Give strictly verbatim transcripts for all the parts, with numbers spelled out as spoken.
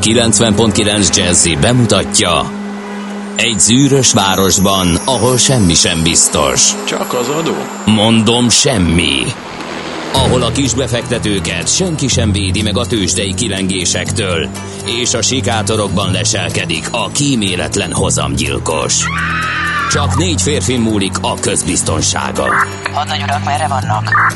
kilencven pont kilenc Jazzy bemutatja: egy zűrös városban, ahol semmi sem biztos. Csak az adó? Mondom, semmi. Ahol a kisbefektetőket senki sem védi meg a tőzsdei kilengésektől, és a sikátorokban leselkedik a kíméletlen hozamgyilkos. Csak négy férfin múlik a közbiztonsága. Hadnagy urak, merre vannak?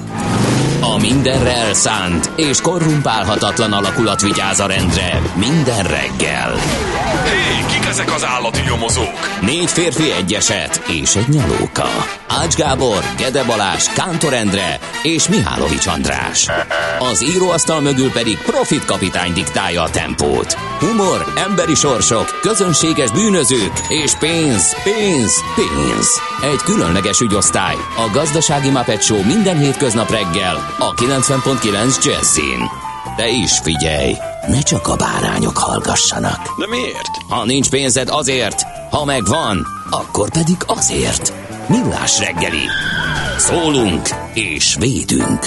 A mindenre elszánt és korrumpálhatatlan alakulat vigyáz a rendre minden reggel. Hé, kik ezek az állati nyomozók? Négy férfi, egy eset és egy nyalóka. Ács Gábor, Gede Balázs, Kántor Endre és Mihálovics András. Az íróasztal mögül pedig Profit kapitány diktálja a tempót. Humor, emberi sorsok, közönséges bűnözők és pénz, pénz, pénz. Egy különleges ügyosztály, a Gazdasági Muppet Show minden hétköznap reggel a kilencven pont kilenc Jazzin. De is figyelj, ne csak a bárányok hallgassanak. De miért? Ha nincs pénzed, azért, ha megvan, akkor pedig azért. Millás reggeli. Szólunk és védünk.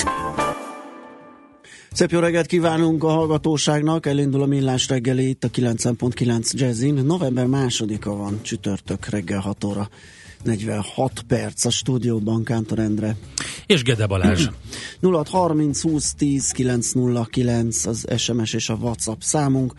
Szép jó reggelt kívánunk a hallgatóságnak, elindul a Millás reggeli itt a kilencven pont kilenc Jazzin. November másodika van, csütörtök reggel hat óra negyvenhat perc, a stúdióban Kántor Endre és Gede Balázs. nulla harminc húsz tíz kilenc nulla kilenc az es em es és a WhatsApp számunk.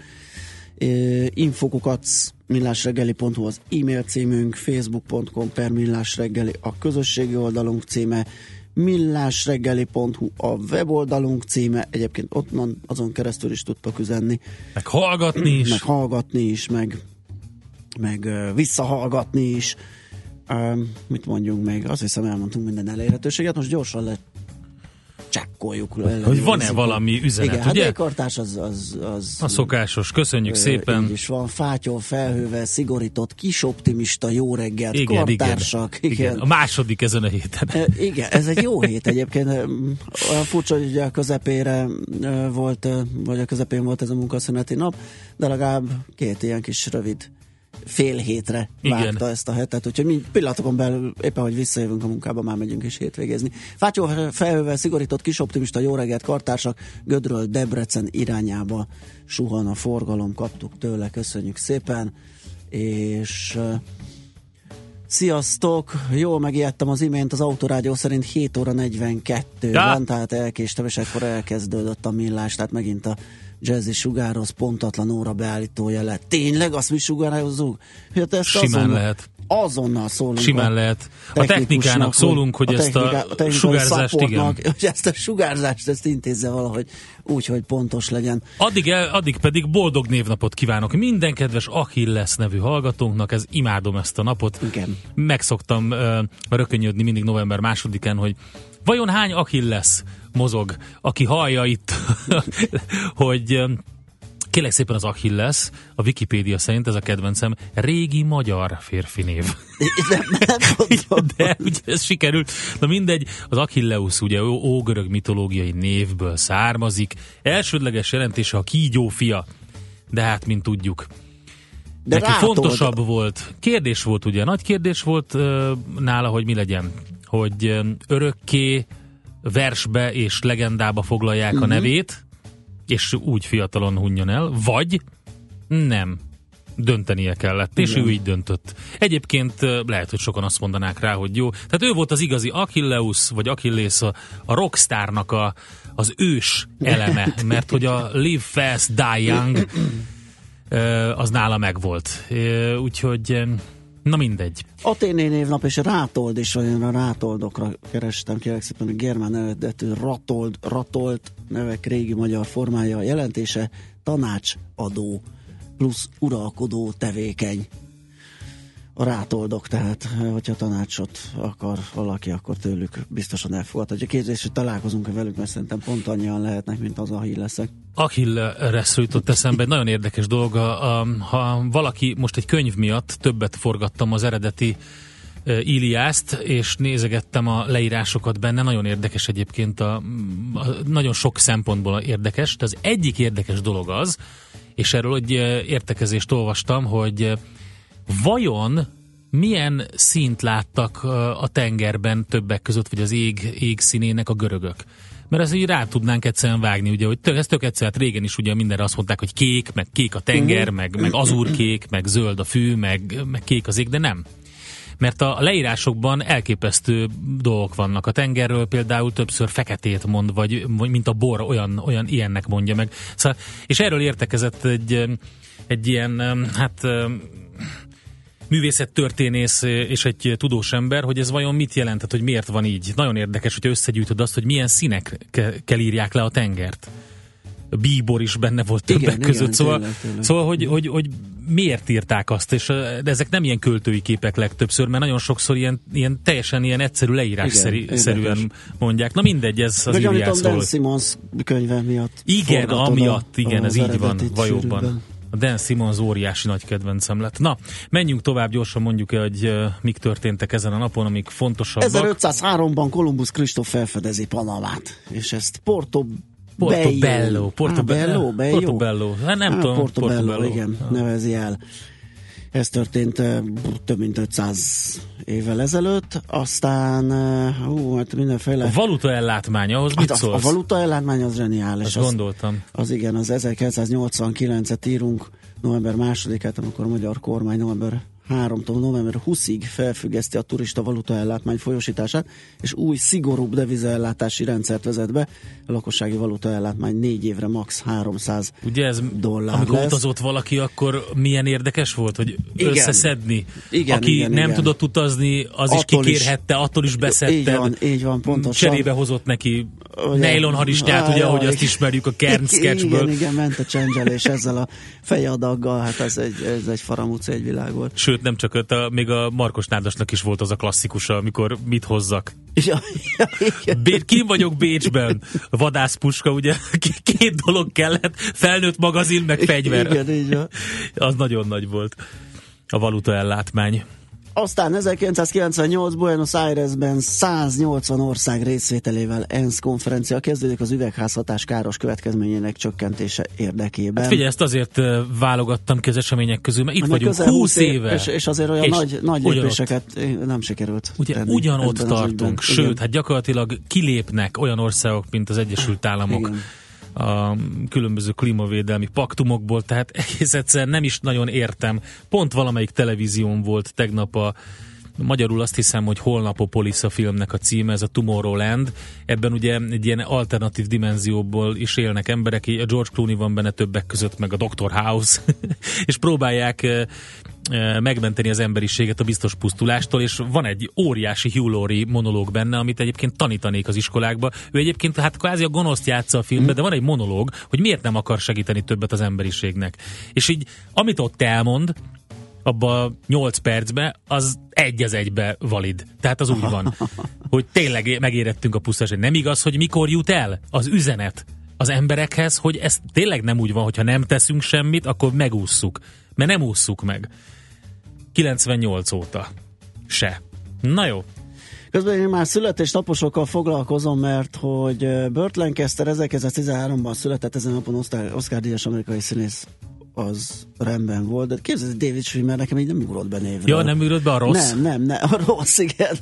Infokukat millásreggeli pont hu az e-mail címünk, facebook pont com per millásreggeli a közösségi oldalunk címe, millásreggeli pont hu a weboldalunk címe, egyébként onnan azon keresztül is tudtok üzenni. Meg hallgatni is. Meg hallgatni is, meg, meg uh, visszahallgatni is. Uh, mit mondjunk még? Azt hiszem elmondtunk minden elérhetőséget, most gyorsan le csekkoljuk. Hogy van-e valami üzenet, igen, ugye? Hát kartás az, az, az... A szokásos, köszönjük ö, szépen. Így is van, fátyol felhővel szigorított, kis optimista, jó reggelt, igen, kartársak. Igen, igen. igen. A második ezen a héten. E, igen, ez egy jó hét egyébként. Olyan furcsa, hogy ugye a közepére volt, vagy a közepén volt ez a munkaszüneti nap, de legalább két ilyen kis rövid fél hétre vágta igen. ezt a hetet, úgyhogy mi pillanatokon belül éppen, hogy visszajövünk a munkába, már megyünk is hétvégezni. Fátyol felhővel szigorított, kis optimista, jó reggelt, kartársak, Gödről Debrecen irányába suhan a forgalom, kaptuk tőle, köszönjük szépen, és uh, sziasztok, jól megijedtem az imént, az Autorádió szerint hét óra negyvenkettő ja. van, tehát elkéstem, és ekkor elkezdődött a Millás, tehát megint a Jazzy sugároz, pontatlan óra beállító jele. Tényleg azt mi sugározzuk? Hát ezt simán azonnal, lehet. Azonnal szólunk. Simán lehet. A technikának szólunk, hogy, hogy ezt a, a sugárzást, igen. Hogy ezt a sugárzást ezt intézze valahogy úgy, hogy pontos legyen. Addig, el, addig pedig boldog névnapot kívánok minden kedves Achilles nevű hallgatónknak, ez imádom ezt a napot. Igen. Megszoktam uh, rökönyödni mindig november másodikán, hogy vajon hány Achilles mozog, aki hallja itt, hogy kérlek szépen az Achilles, a Wikipédia szerint ez a kedvencem, régi magyar férfi név. Nem, nem de ugye ez sikerült. Na mindegy, az Achilleus ugye ógörög mitológiai névből származik. Elsődleges jelentése a kígyó fia. De hát, mint tudjuk, de neki rátold. fontosabb volt. Kérdés volt ugye, nagy kérdés volt uh, nála, hogy mi legyen. Hogy um, örökké versbe és legendába foglalják uh-huh. a nevét, és úgy fiatalon hunjon el, vagy nem. Döntenie kellett, és igen. ő így döntött. Egyébként lehet, hogy sokan azt mondanák rá, hogy jó. Tehát ő volt az igazi Achilleus, vagy Achilles, a, a rockstárnak a, az ős eleme, mert hogy a Live Fast, Die Young az nála megvolt. Úgyhogy na mindegy. Athéné névnap és Rátold is, olyan a Rátoldokra kerestem, kérlek szépen, a germán eredetű Ratold, Ratolt nevek régi magyar formája, a jelentése tanácsadó plusz uralkodó tevékeny. A Rátoldok, tehát hogyha tanácsot akar valaki, akkor tőlük biztosan elfogadhatja. Kérdés, hogy találkozunk-e velük, mert szerintem pont annyian lehetnek, mint az Achillesek. Achillesre jutott eszembe egy nagyon érdekes dolog. Ha valaki most egy könyv miatt többet forgattam az eredeti Iliászt, és nézegettem a leírásokat benne, nagyon érdekes egyébként, a, a, nagyon sok szempontból érdekes. De az egyik érdekes dolog az, és erről egy értekezést olvastam, hogy vajon milyen színt láttak a tengerben többek között, vagy az ég, ég színének a görögök? Mert ezt így rá tudnánk egyszerűen vágni, ugye, hogy tök, ez tök egyszer, hát régen is ugye mindenre azt mondták, hogy kék, meg kék a tenger, uh-huh. meg, meg azurkék, meg zöld a fű, meg, meg kék az ég, de nem. Mert a leírásokban elképesztő dolgok vannak. A tengerről például többször feketét mond, vagy mint a bor, olyan, olyan ilyennek mondja meg. Szóval, és erről értekezett egy, egy ilyen, hát művészettörténész és egy tudós ember, hogy ez vajon mit jelent, hogy miért van így. Nagyon érdekes, hogy összegyűjtöd azt, hogy milyen színekkel írják le a tengert. A bíbor is benne volt többek igen, között, igen, szóval, tényleg, tényleg. szóval hogy, hogy, hogy miért írták azt, és de ezek nem ilyen költői képek legtöbbször, mert nagyon sokszor ilyen, ilyen teljesen ilyen egyszerű leírásszerűen mondják. Na mindegy, ez az írják szól. Dan Simmons könyve miatt. Igen, amiatt, igen, ez így van, valóban. Sűrűben. A Dan Simmons óriási nagy kedvencem lett. Na, menjünk tovább gyorsan, mondjuk, hogy uh, mik történtek ezen a napon, amik fontosabbak. ezerötszázháromban Kolumbusz Kristóf felfedezi Panamát, és ezt Porto Portobello. Portobello. Ah, Portobello. Hát nem ah, tudom. Portobello, Portobello, igen, ah. nevezi el. Ez történt uh, több mint ötszáz évvel ezelőtt, aztán uh, hát mindenféle... A valutaellátmány, ahhoz mit hát szólsz? A, a valutaellátmány az zseniális. Azt gondoltam. Az, az igen, az ezerkilencszáznyolcvankilencet írunk, november másodikát, amikor a magyar kormány november háromtól november huszadikig felfüggeszti a turista valutaellátmány folyósítását, és új, szigorúbb devizaellátási rendszert vezet be. A lakossági valutaellátmány négy évre max. háromszáz ugye ez, dollár amikor lesz. Utazott valaki, akkor milyen érdekes volt, hogy igen. összeszedni. Igen, Aki igen, nem igen. tudott utazni, az attól is kikérhette, is, attól is beszedted. Így van, így van, pontosan. Cserébe hozott neki nejlonharistát, ugye, ahogy azt ismerjük a Kern sketchből. Igen, igen, ment a csendjelés ezzel a fejadaggal, hát ez egy, ez egy faramúci egy világ volt. Sőt, nem csak öt, a, még a Markos Nádasnak is volt az a klasszikusa, amikor mit hozzak. Ja, ja, Bé- Kim vagyok Bécsben, vadászpuska, ugye, két dolog kellett, felnőtt magazin, meg fegyver. Igen, így van. Az nagyon nagy volt, a valutaellátmány. Aztán ezerkilencszázkilencvennyolc Buenos Airesben száznyolcvan ország részvételével ENSZ konferencia kezdődik az üvegházhatás káros következményének csökkentése érdekében. Hát figyelj, ezt azért válogattam ki az események közül, mert itt Annak vagyunk húsz éve. És, és azért olyan és nagy, nagy lépéseket ugyanott, nem sikerült. Ugye ugyanott tartunk, sőt, igen. hát gyakorlatilag kilépnek olyan országok, mint az Egyesült Államok. Igen. A különböző klímavédelmi paktumokból, tehát egész egyszerűen nem is nagyon értem. Pont valamelyik televízión volt tegnap a magyarul azt hiszem, hogy Holnapopolis a filmnek a címe, ez a Tomorrowland. Ebben ugye egy ilyen alternatív dimenzióból is élnek emberek, a George Clooney van benne többek között, meg a doktor House, és próbálják megmenteni az emberiséget a biztos pusztulástól, és van egy óriási Hugh Laurie monológ benne, amit egyébként tanítanék az iskolákba. Ő egyébként hát kvázi a gonoszt játsza a filmben, de van egy monológ, hogy miért nem akar segíteni többet az emberiségnek. És így, amit ott elmond, abban nyolc percben, az egy az egybe valid. Tehát az úgy van, hogy tényleg megérettünk a pusztásra. Nem igaz, hogy mikor jut el az üzenet az emberekhez, hogy ez tényleg nem úgy van, hogyha nem teszünk semmit, akkor megússzuk. Mert nem ússzuk meg. kilencvennyolc óta. Se. Na jó. Közben én már születésnaposokkal foglalkozom, mert hogy Burt Lancaster ezerkilencszáztizenháromban született, ezen napon Oscar-díjas amerikai színész, az rendben volt, de képzeld, David Schwimmer nekem így nem ugrott be névre. Ja, nem ugrott be a rossz? Nem, nem, nem, a rossz, igen.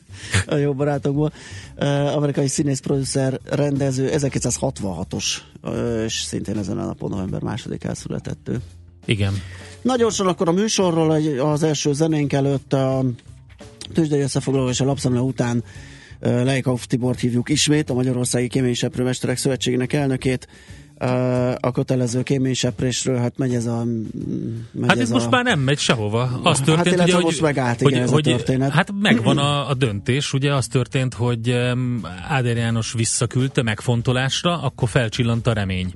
A jó barátokból. Uh, amerikai színész, producer, rendező, ezerkilencszázhatvanhatos, uh, és szintén ezen a napon november másodikán született ő. Igen. Na gyorsan akkor a műsorról az első zenénk előtt a tőzsdei összefoglaló és a lapszemle után uh, Leikauf Tibort hívjuk ismét, a Magyarországi Kéményseprő Mesterek Szövetségének elnökét. Uh, a kötelező kéményseprésről, hát megy ez a... Megy hát ez itt a... most már nem megy sehova. Az történt, hát ugye, most hogy, megállt, hogy, igen, ez hogy, a történet. Hát megvan a, a döntés, ugye az történt, hogy um, Áder János visszaküldte megfontolásra, akkor felcsillant a remény.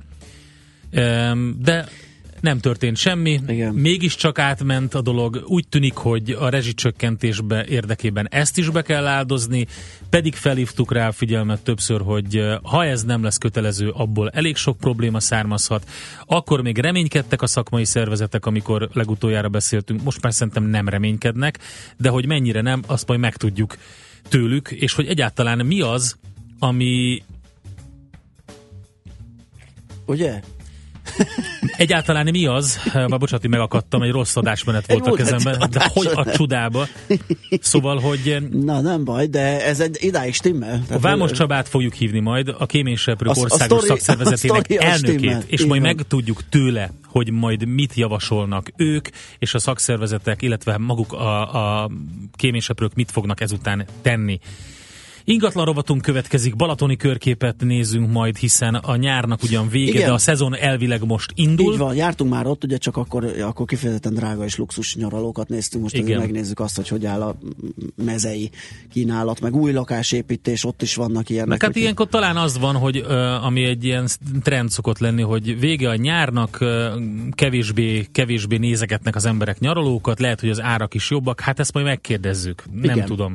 Um, de nem történt semmi, igen. Mégiscsak átment a dolog, úgy tűnik, hogy a rezsicsökkentésbe érdekében ezt is be kell áldozni, pedig felhívtuk rá a figyelmet többször, hogy ha ez nem lesz kötelező, abból elég sok probléma származhat. Akkor még reménykedtek a szakmai szervezetek, amikor legutoljára beszéltünk, most már szerintem nem reménykednek, de hogy mennyire nem, azt majd megtudjuk tőlük, és hogy egyáltalán mi az, ami... Ugye? Egyáltalán mi az? Már bocsánat, hogy megakadtam, egy rossz adásmenet volt a kezemben, de hogy a csudába? Szóval, hogy... Na, nem baj, de ez egy idáig stimmel. A Vámos Csabát fogjuk hívni majd, a Kéményseprők országos szakszervezetének elnökét, stimmel. És majd megtudjuk tőle, hogy majd mit javasolnak ők, és a szakszervezetek, illetve maguk a, a kéményseprők mit fognak ezután tenni. Ingatlan rovatunk következik, balatoni körképet nézünk majd, hiszen a nyárnak ugyan vége, igen, de a szezon elvileg most indul. Így van, jártunk már ott, ugye csak akkor, akkor kifejezetten drága és luxus nyaralókat néztünk, most azért megnézzük azt, hogy hogy áll a mezei kínálat, meg új lakásépítés, ott is vannak ilyenek. Meg hát ilyenkor talán az van, hogy uh, ami egy ilyen trend szokott lenni, hogy vége a nyárnak, uh, kevésbé, kevésbé nézegetnek az emberek nyaralókat, lehet, hogy az árak is jobbak, hát ezt majd megkérdezzük, nem igen. tudom.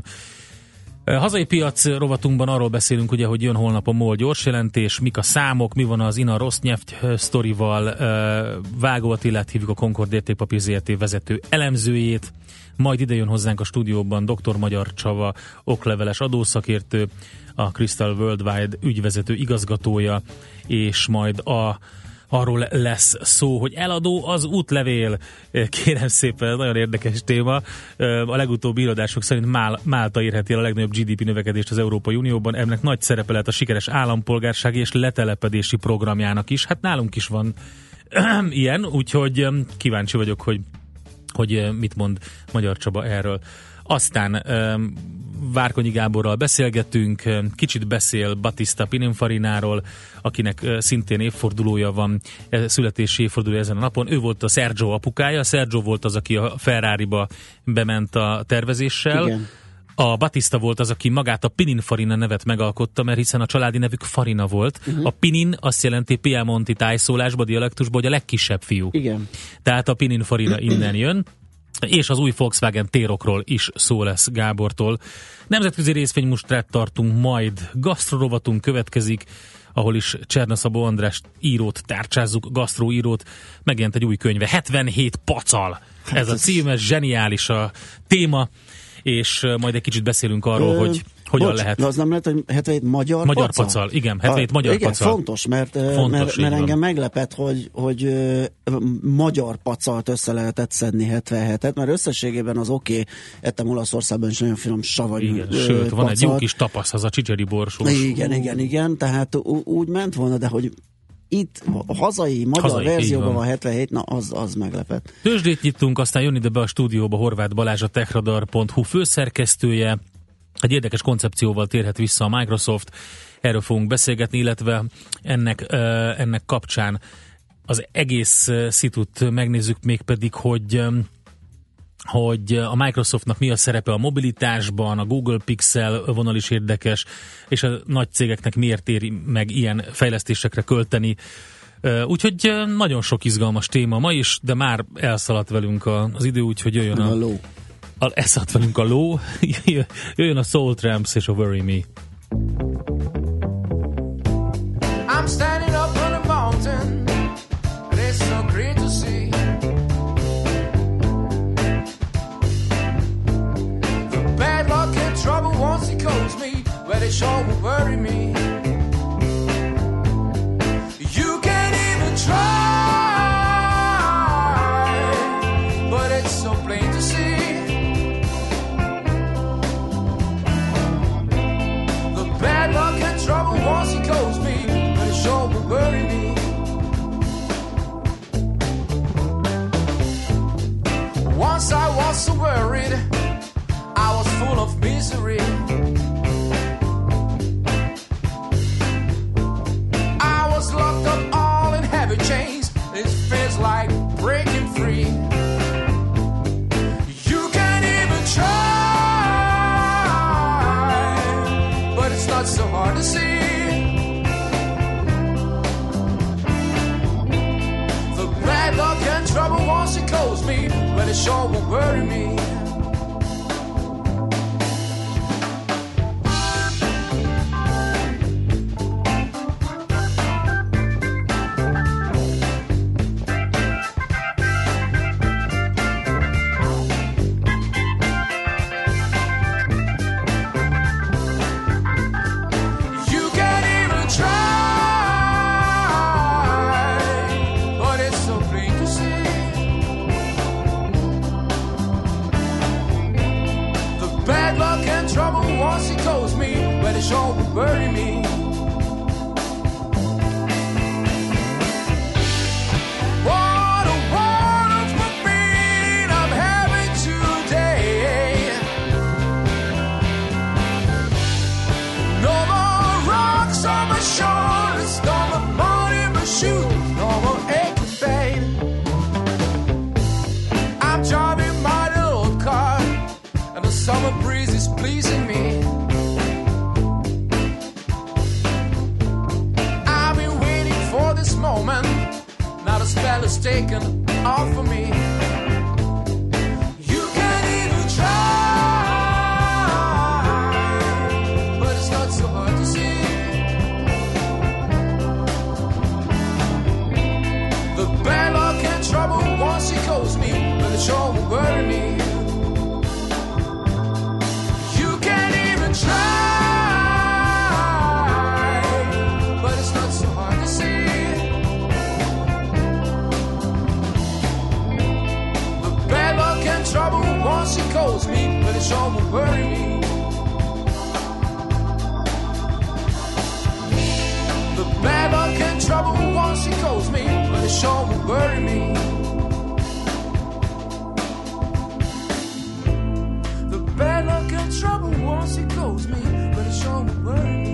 Hazai piac rovatunkban arról beszélünk, ugye, hogy jön holnap a MOL gyorsjelentés, mik a számok, mi van az Ina Rosneft sztorival, Vágó Attilát hívjuk, a Concord Értékpapír Zé Er Té vezető elemzőjét, majd ide jön hozzánk a stúdióban doktor Magyar Csaba, okleveles adószakértő, a Crystal Worldwide ügyvezető igazgatója, és majd a arról lesz szó, hogy eladó az útlevél. Kérem szépen, nagyon érdekes téma. A legutóbbi irodások szerint Mál- Málta érheti el a legnagyobb gé dé pé növekedést az Európai Unióban. Ennek nagy szerepe lehet a sikeres állampolgársági és letelepedési programjának is. Hát nálunk is van ilyen, úgyhogy kíváncsi vagyok, hogy, hogy mit mond Magyar Csaba erről. Aztán Várkonyi Gáborral beszélgetünk, kicsit beszél Battista Pininfarináról, akinek szintén évfordulója van, születési évfordulója ezen a napon. Ő volt a Sergio apukája, Sergio volt az, aki a Ferrariba bement a tervezéssel. Igen. A Battista volt az, aki magát a Pininfarina nevet megalkotta, mert hiszen a családi nevük Farina volt. Uh-huh. A Pinin azt jelenti piemonti tájszólásba, dialektusban, hogy a legkisebb fiú. Igen. Tehát a Pininfarina innen jön. És az új Volkswagen T-Rockról is szó lesz Gábortól. Nemzetközi részvénymustrát tartunk, majd gasztrorovatunk következik, ahol is Cserna Szabó András írót tárcsázzuk, gasztróírót, megjelent egy új könyve, hetvenhét pacal. Hát ez a címe, zseniális a téma, és majd egy kicsit beszélünk arról, Ö, hogy hogyan bocs, lehet. De az nem lehet, hogy hetvenhét magyar, magyar pacal? pacal? Igen, hetvenhét a, magyar igen, pacal. Fontos, mert, fontos, mert, mert engem meglepett, hogy, hogy uh, magyar pacalt össze lehetett szedni hetvenhetet, mert összességében az oké, okay, ettem Olaszországban is nagyon finom savanyú igen, uh, sőt, van pacalt. egy jó kis tapasz, az a csicseri borsós. Igen, igen, igen, tehát ú- úgy ment volna, de hogy itt a hazai, magyar hazai, verzióban van hetvenhét, na az, az meglepett. Tőzsdét nyitunk, aztán jön ide be a stúdióba Horváth Balázs, a techradar pont hu főszerkesztője. Egy érdekes koncepcióval térhet vissza a Microsoft, erről fogunk beszélgetni, illetve ennek, ennek kapcsán az egész szitut megnézzük, mégpedig, hogy hogy a Microsoftnak mi a szerepe a mobilitásban, a Google Pixel vonal is érdekes, és a nagy cégeknek miért éri meg ilyen fejlesztésekre költeni. Úgyhogy nagyon sok izgalmas téma ma is, de már elszaladt velünk az idő, úgyhogy jöjjön a... a ló. A, elszaladt velünk a ló, jöjjön a Soul Tramps és a Worry Me. I'm standing up on a mountain, and it's so great to see. The bad luck and trouble once it calls me, but it sure will worry me. You can't even try, but it's so plain to see. Bad luck and trouble once he calls me, but it sure will worry me. Once I was so worried, I was full of misery. I was locked up all in heavy chains, it feels like breaking free. You can't even try, it's not so hard to see. The bad luck and trouble once it calls me, but it sure won't worry me. moment, not a spell is taken off of me. You can't even try, but it's not so hard to see. The bad luck and trouble once it goes me, but it sure will bury me. You can't even try, but it's not so hard to see. The bad luck and trouble once it goes me, but it sure will bury me. The bad luck and trouble once it goes me, but it sure will bury me. The bad luck and trouble once it goes me, but it sure will bury me.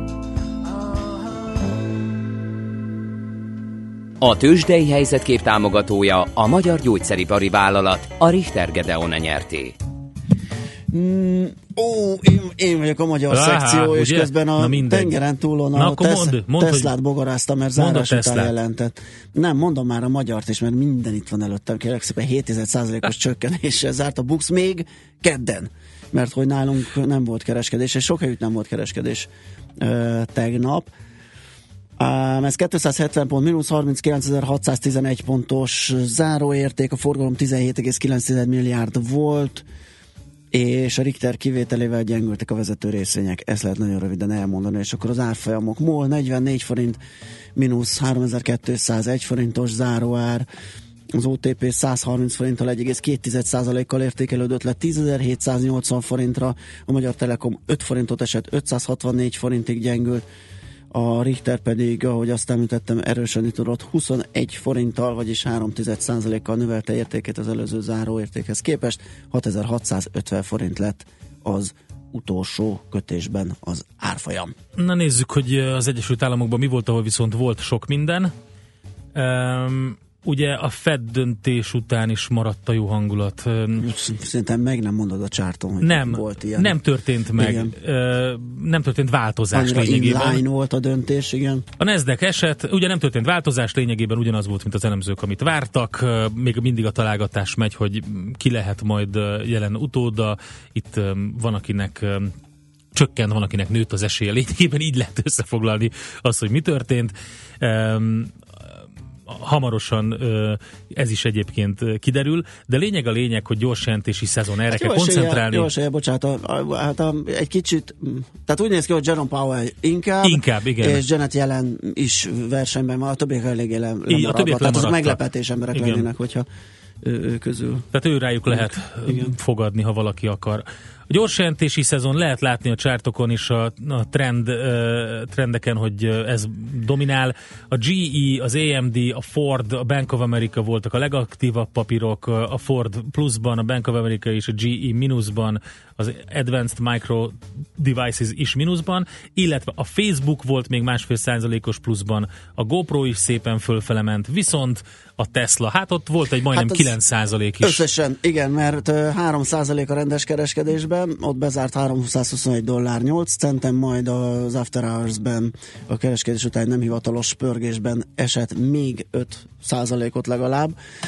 A tőzsdei helyzetkép támogatója a Magyar Gyógyszeripari Vállalat, a Richter Gedeon nyerté. Mm, ó, én, én vagyok a magyar Áhá, szekció, és ugye? közben a tengeren túlon Na, a tesz, mondd, mondd, Teslát bogaráztam, mert zárás után Teslát. jelentett. Nem, mondom már a magyart is, mert minden itt van előttem, kérlek szépen hét százalékos csökkenéssel zárt a Bux még kedden, mert hogy nálunk nem volt kereskedés, és sok helyütt nem volt kereskedés ö, tegnap. Um, ez kétszázhetven pont, mínusz harminckilencezer-hatszáztizenegy pontos záróérték, a forgalom tizenhét egész kilenc milliárd volt, és a Richter kivételével gyengültek a vezető részvények, ezt lehet nagyon röviden elmondani, és akkor az árfolyamok: MOL negyvennégy forint, mínusz háromezer-kétszázegy forintos záróár, az o té pé száz harminc forinttal egy egész két százalékkal értékelődött le tízezer-hétszáznyolcvan forintra, a Magyar Telekom öt forintot esett, ötszázhatvannégy forintig gyengült, a Richter pedig, ahogy azt említettem, erősödni tudott huszonegy forinttal, vagyis három százalékkal növelte értékét az előző záróértékhez képest, hatezer-hatszázötven forint lett az utolsó kötésben az árfolyam. Na nézzük, hogy az Egyesült Államokban mi volt, ahol viszont volt sok minden. Um, ugye a Fed döntés után is maradt a jó hangulat. Szerintem meg nem mondod a csárton, hogy nem, volt ilyen. Nem történt meg. Igen. Nem történt változás annyira lényegében. inline volt a döntés, igen. A Nasdaq eset, ugye nem történt változás, lényegében ugyanaz volt, mint az elemzők, amit vártak. Még mindig a találgatás megy, hogy ki lehet majd jelen utóda. Itt van, akinek csökkent, van, akinek nőtt az esélye. Lényegében így lehet összefoglalni azt, hogy mi történt. Hamarosan ez is egyébként kiderül, de lényeg a lényeg, hogy gyors jelentési szezon, erre hát kell koncentrálni. Jó esélye, bocsánat, a, a, hát a, egy kicsit, tehát úgy néz ki, hogy Jerome Powell inkább, inkább igen. És Janet Yellen is versenyben van, a többiek eléggé le, lemaradva, tehát azok meglepetés emberek igen. lennének, hogyha ő, ő közül. Tehát ő rájuk lehet igen. fogadni, ha valaki akar. A gyors jelentési szezon, lehet látni a csártokon is a, a trend, uh, trendeken, hogy ez dominál. A gé é, az á em dé, a Ford, a Bank of America voltak a legaktívabb papírok, a Ford pluszban, a Bank of America és a gé é mínuszban, az Advanced Micro Devices is mínuszban, illetve a Facebook volt még másfél százalékos pluszban, a GoPro is szépen fölfele ment, viszont a Tesla, hát ott volt egy majdnem hát kilenc százalék is. Összesen, igen, mert három százalék a rendes kereskedésben, ott bezárt háromszázhuszonegy dollár nyolc centen, majd az After Hours-ben a kereskedés után nem hivatalos pörgésben esett még öt százalékot legalább,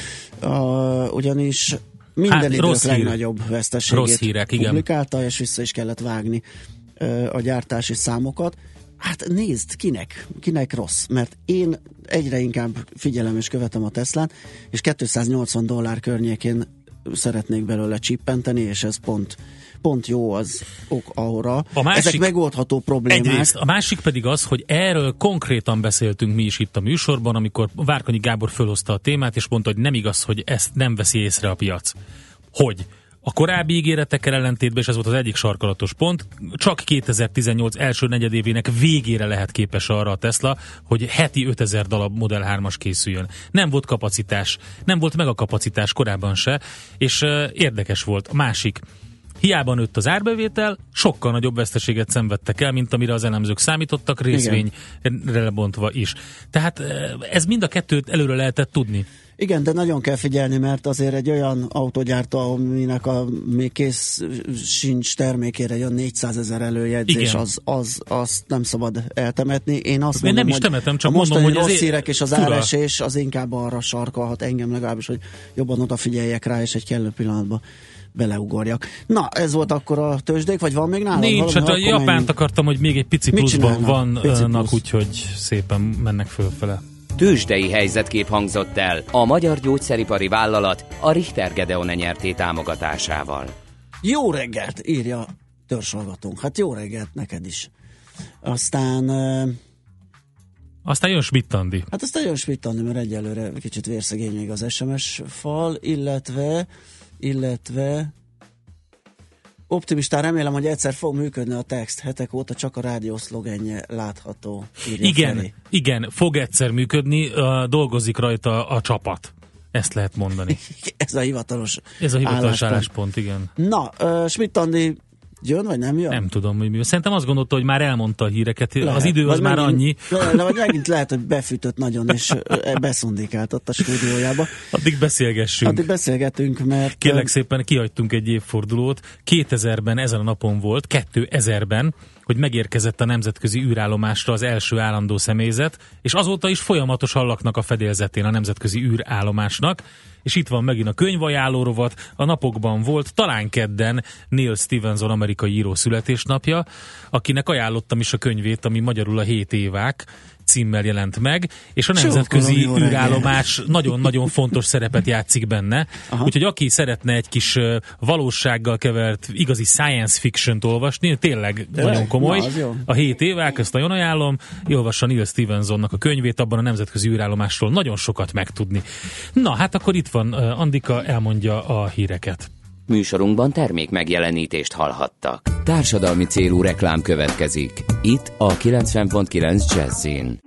uh, ugyanis minden hát, idők legnagyobb veszteségét hírek, publikálta, és vissza is kellett vágni uh, a gyártási számokat. Hát nézd, kinek, kinek rossz, mert én egyre inkább figyelem és követem a Teslát, és kétszáznyolcvan dollár környékén szeretnék belőle csippenteni, és ez pont, pont jó az ok ahora. A másik, ezek megoldható problémák. Egyrészt, a másik pedig az, hogy erről konkrétan beszéltünk mi is itt a műsorban, amikor Várkonyi Gábor fölhozta a témát, és mondta, hogy nem igaz, hogy ezt nem veszi észre a piac. Hogy a korábbi ígéretekkel ellentétben, és ez volt az egyik sarkalatos pont, csak kétezer-tizennyolc első negyedévének végére lehet képes arra a Tesla, hogy heti ötezer darab Model hármas készüljön. Nem volt kapacitás, nem volt meg a kapacitás korábban se, és uh, érdekes volt. A másik, hiába nőtt az árbevétel, sokkal nagyobb veszteséget szenvedtek el, mint amire az elemzők számítottak, részvényre lebontva is. Tehát ez mind a kettőt előre lehetett tudni. Igen, de nagyon kell figyelni, mert azért egy olyan autógyártó, aminek a még kész sincs termékére jön négyszázezer előjegyzés, az, az, az nem szabad eltemetni. Én azt Én mondom, nem is hogy temetem, csak a mondom, hogy rossz ez hírek és az fura. áresés az inkább arra sarkalhat engem legalábbis, hogy jobban odafigyeljek rá, és egy kellő pillanatban beleugorjak. Na, ez volt akkor a tőzsdék, vagy van még nálad? Nincs, hát a Japánt menjünk. Akartam, hogy még egy pici Mit pluszban vannak, plusz? úgyhogy szépen mennek fölfele. Tőzsdei helyzetkép hangzott el a Magyar Gyógyszeripari Vállalat a Richter Gedeon nyerté támogatásával. Jó reggelt, írja törzsolgatónk. Hát jó reggelt neked is. Aztán... Uh, Aztán jön Schmidt-Andi. Hát aztán jön Schmidt-Andi, mert egyelőre kicsit vérszegény még az es em es fal, illetve illetve optimistán remélem, hogy egyszer fog működni a text. Hetek óta csak a rádió szlogenje látható. Igen, felé. igen, fog egyszer működni, uh, dolgozik rajta a csapat. Ezt lehet mondani. Ez a hivatalos Ez a hivatalos álláspont, álláspont igen. Na, uh, Schmidt-Andi jön, vagy nem jön? Nem tudom, hogy mi. Szerintem azt gondolta, hogy már elmondta a híreket. Lehet. Az idő az vagy már megint, annyi. Le, vagy megint lehet, hogy befűtött nagyon, és beszundikált ott a stúdiójába. Addig beszélgessünk. Addig beszélgetünk, mert... Kérlek szépen, kihagytunk egy évfordulót. kétezerben ezen a napon volt, kétezerben, hogy megérkezett a nemzetközi űrállomásra az első állandó személyzet, és azóta is folyamatosan laknak a fedélzetén a nemzetközi űrállomásnak, és itt van megint a könyvajánló rovat, a napokban volt, talán kedden Neil Stephenson amerikai író születésnapja, akinek ajánlottam is a könyvét, ami magyarul a hét évák címmel jelent meg, és a nemzetközi űrállomás nagyon-nagyon fontos szerepet játszik benne. Aha. Úgyhogy aki szeretne egy kis valósággal kevert igazi science fiction-t olvasni, tényleg De, nagyon komoly. Na, a hét évek, ezt nagyon ajánlom, olvassa Neil Stephensonnak a könyvét, abban a nemzetközi űrállomásról nagyon sokat megtudni. Na, hát akkor itt van Andika, elmondja a híreket. Műsorunkban termék megjelenítést hallhattak. Társadalmi célú reklám következik. Itt a kilencven pont kilenc Jazzin.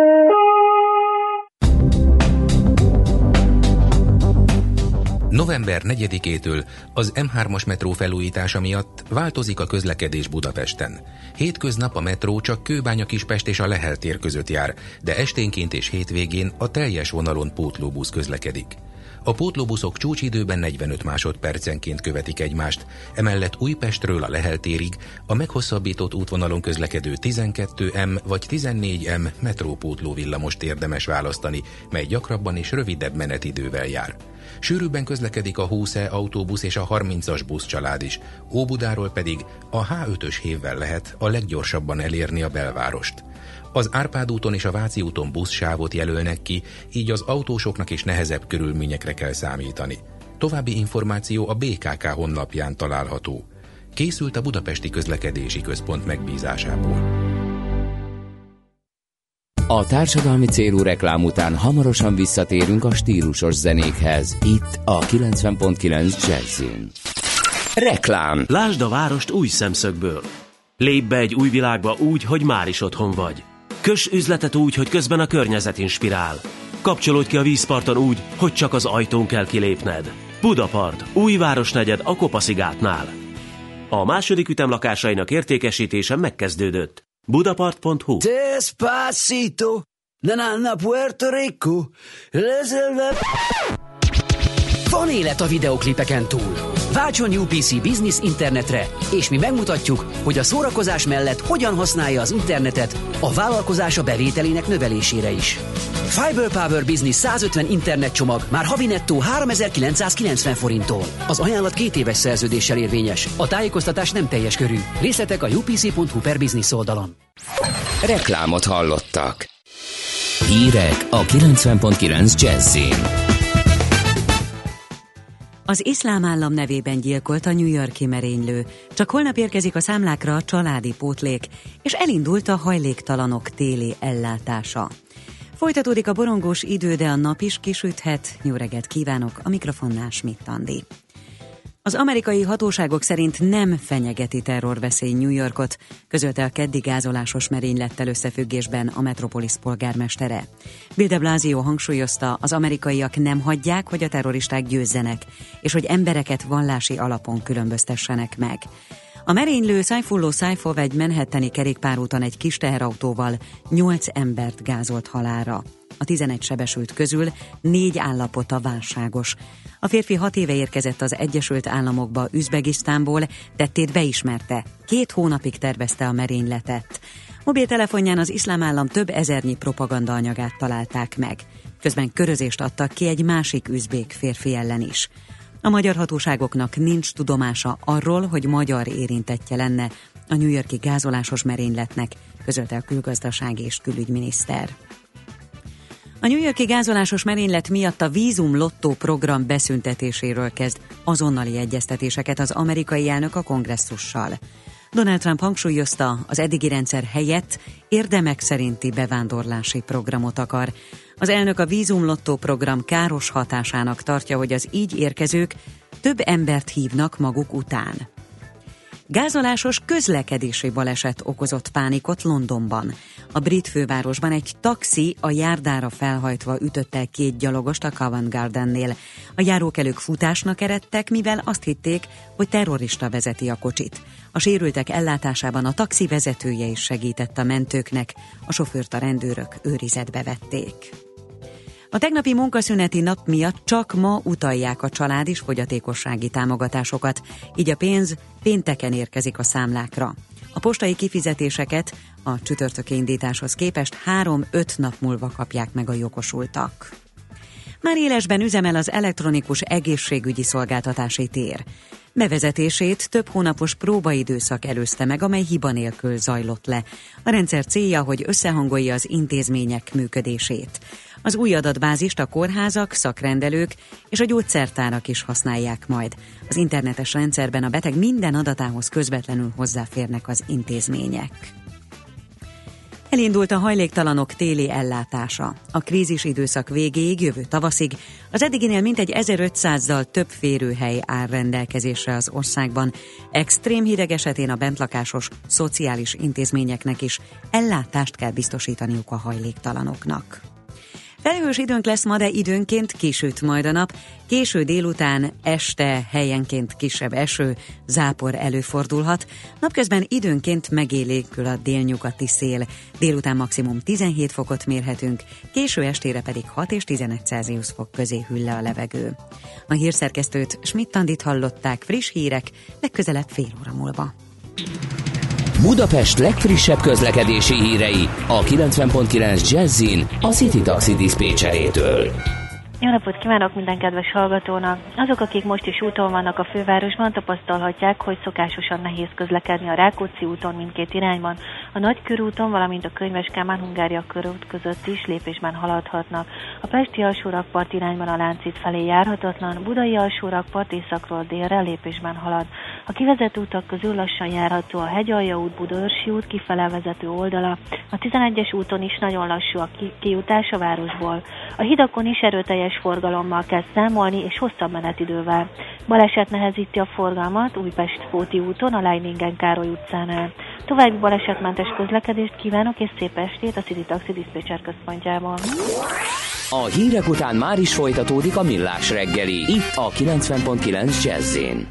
november negyedikétől az em hármas metró felújítása miatt változik a közlekedés Budapesten. Hétköznap a metró csak Kőbánya-Kispest és a Lehel tér között jár, de esténként és hétvégén a teljes vonalon pótlóbusz közlekedik. A pótlóbuszok csúcsidőben negyvenöt másodpercenként követik egymást, emellett Újpestről a Lehel térig a meghosszabbított útvonalon közlekedő tizenkettő em vagy tizennégy em metrópótló villamost érdemes választani, mely gyakrabban és rövidebb menetidővel jár. Sűrűbben közlekedik a húsz E autóbusz és a harmincas buszcsalád is, Óbudáról pedig a há ötös hévvel lehet a leggyorsabban elérni a belvárost. Az Árpád úton és a Váci úton buszsávot jelölnek ki, így az autósoknak is nehezebb körülményekre kell számítani. További információ a bé ká ká honlapján található. Készült a Budapesti Közlekedési Központ megbízásából. A társadalmi célú reklám után hamarosan visszatérünk a stílusos zenékhez. Itt a kilencven pont kilenc Jazzin. Reklám. Lásd a várost új szemszögből. Lépj be egy új világba úgy, hogy már is otthon vagy. Köss üzletet úgy, hogy közben a környezet inspirál. Kapcsolódj ki a vízparton úgy, hogy csak az ajtón kell kilépned. Budapart, új városnegyed a Kopaszigátnál. A második ütem lakásainak értékesítése megkezdődött. budapart pont hu. Despacito, na Puerto Rico, van élet a videoklipeken túl. Váltson u pé cé Business internetre, és mi megmutatjuk, hogy a szórakozás mellett hogyan használja az internetet a vállalkozása bevételének növelésére is. Fiber Power Business százötven internetcsomag már havi nettó háromezer-kilencszázkilencven forinttól. Az ajánlat két éves szerződéssel érvényes. A tájékoztatás nem teljes körű. Részletek a u p c pont hu per business oldalon. Reklámot hallottak. Hírek a kilencven pont kilenc Jazzin. Az iszlám állam nevében gyilkolt a New York-i merénylő. Csak holnap érkezik a számlákra a családi pótlék, és elindult a hajléktalanok téli ellátása. Folytatódik a borongós idő, de a nap is kisüthet. Jó reggelt kívánok, a mikrofonnál Schmidt-Andi. Az amerikai hatóságok szerint nem fenyegeti terrorveszély New Yorkot, közölte a keddi gázolásos merénylettel összefüggésben a Metropolis polgármestere. Bill de Blasio hangsúlyozta, az amerikaiak nem hagyják, hogy a terroristák győzzenek, és hogy embereket vallási alapon különböztessenek meg. A merénylő Saifullah Saipov egy manhattani kerékpárúton egy kis teherautóval nyolc embert gázolt halálra. A tizenegy sebesült közül négy állapota válságos. A férfi hat éve érkezett az Egyesült Államokba Üzbegisztánból, tettét beismerte. Két hónapig tervezte a merényletet. Mobiltelefonján az Iszlám Állam több ezernyi propagandaanyagát találták meg. Közben körözést adtak ki egy másik üzbék férfi ellen is. A magyar hatóságoknak nincs tudomása arról, hogy magyar érintettje lenne a New York-i gázolásos merényletnek, közölte a külgazdasági és külügyminiszter. A New York-i gázolásos merénylet miatt a vízum lottó program beszüntetéséről kezd azonnali egyeztetéseket az amerikai elnök a kongresszussal. Donald Trump hangsúlyozta, az eddigi rendszer helyett érdemek szerinti bevándorlási programot akar. Az elnök a vízumlottó program káros hatásának tartja, hogy az így érkezők több embert hívnak maguk után. Gázolásos közlekedési baleset okozott pánikot Londonban. A brit fővárosban egy taxi a járdára felhajtva ütött el két gyalogost a Covent Gardennél. A járókelők futásnak eredtek, mivel azt hitték, hogy terrorista vezeti a kocsit. A sérültek ellátásában a taxi vezetője is segített a mentőknek, a sofőrt a rendőrök őrizetbe vették. A tegnapi munkaszüneti nap miatt csak ma utalják a család és fogyatékossági támogatásokat, így a pénz pénteken érkezik a számlákra. A postai kifizetéseket a csütörtöki indításhoz képest három-öt nap múlva kapják meg a jogosultak. Már élesben üzemel az elektronikus egészségügyi szolgáltatási tér. Bevezetését több hónapos próbaidőszak előzte meg, amely hiba nélkül zajlott le. A rendszer célja, hogy összehangolja az intézmények működését. Az új adatbázist a kórházak, szakrendelők és a gyógyszertárak is használják majd. Az internetes rendszerben a beteg minden adatához közvetlenül hozzáférnek az intézmények. Elindult a hajléktalanok téli ellátása. A krízis időszak végéig, jövő tavaszig az eddiginél mintegy ezerötszázzal több férőhely áll rendelkezésre az országban. Extrém hideg esetén a bentlakásos szociális intézményeknek is ellátást kell biztosítaniuk a hajléktalanoknak. Felhős időnk lesz ma, de időnként kisüt majd a nap. Késő délután, este helyenként kisebb eső, zápor előfordulhat. Napközben időnként megélénkül a délnyugati szél. Délután maximum tizenhét fokot mérhetünk, késő estére pedig hat és tizenegy Celsius fok közé hűl le a levegő. A hírszerkesztőt, Schmidt-Andit hallották, friss hírek, legközelebb fél óra múlva. Budapest legfrissebb közlekedési hírei a kilencven pont kilenc Jazzin a City Taxi diszpécserétől. Jó napot kívánok minden kedves hallgatónak! Azok, akik most is úton vannak a fővárosban, tapasztalhatják, hogy szokásosan nehéz közlekedni a Rákóczi úton mindkét irányban. A Nagykörúton, valamint a Könyves Kálmán-Hungária körút között is lépésben haladhatnak. A pesti alsórakpart irányban a Láncid felé járhatatlan, budai alsórakpart északról délre lépésben halad. A kivezető utak közül lassan járható a Hegyalja út, Budaörsi út kifele vezető oldala. A tizenegyes úton is nagyon lassú a kijutás a városból. A hidakon is erőteljes forgalommal kell számolni, és hosszabb menetidővel. Baleset nehezíti a forgalmat Újpest-Fóti úton, a Leiningen Károly utcánál. További balesetmentes közlekedést kívánok, és szép estét a City Taxi diszpécser központjában. A hírek után már is folytatódik a Millás reggeli, itt a kilencven pont kilenc Jazzin.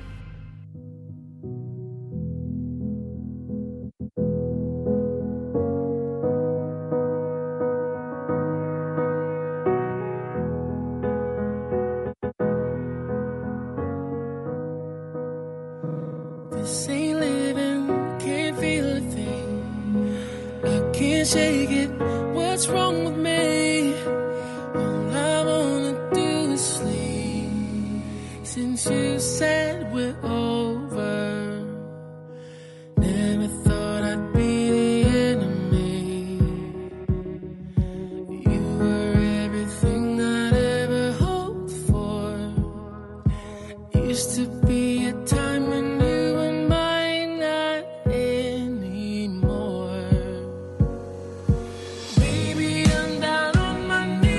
Shake it, what's wrong with me? All I wanna do is sleep. Since you said we're over, never thought I'd be the enemy. You were everything I'd ever hoped for. Used to be a time when you were mine, not anymore. Baby, I'm down on my knees.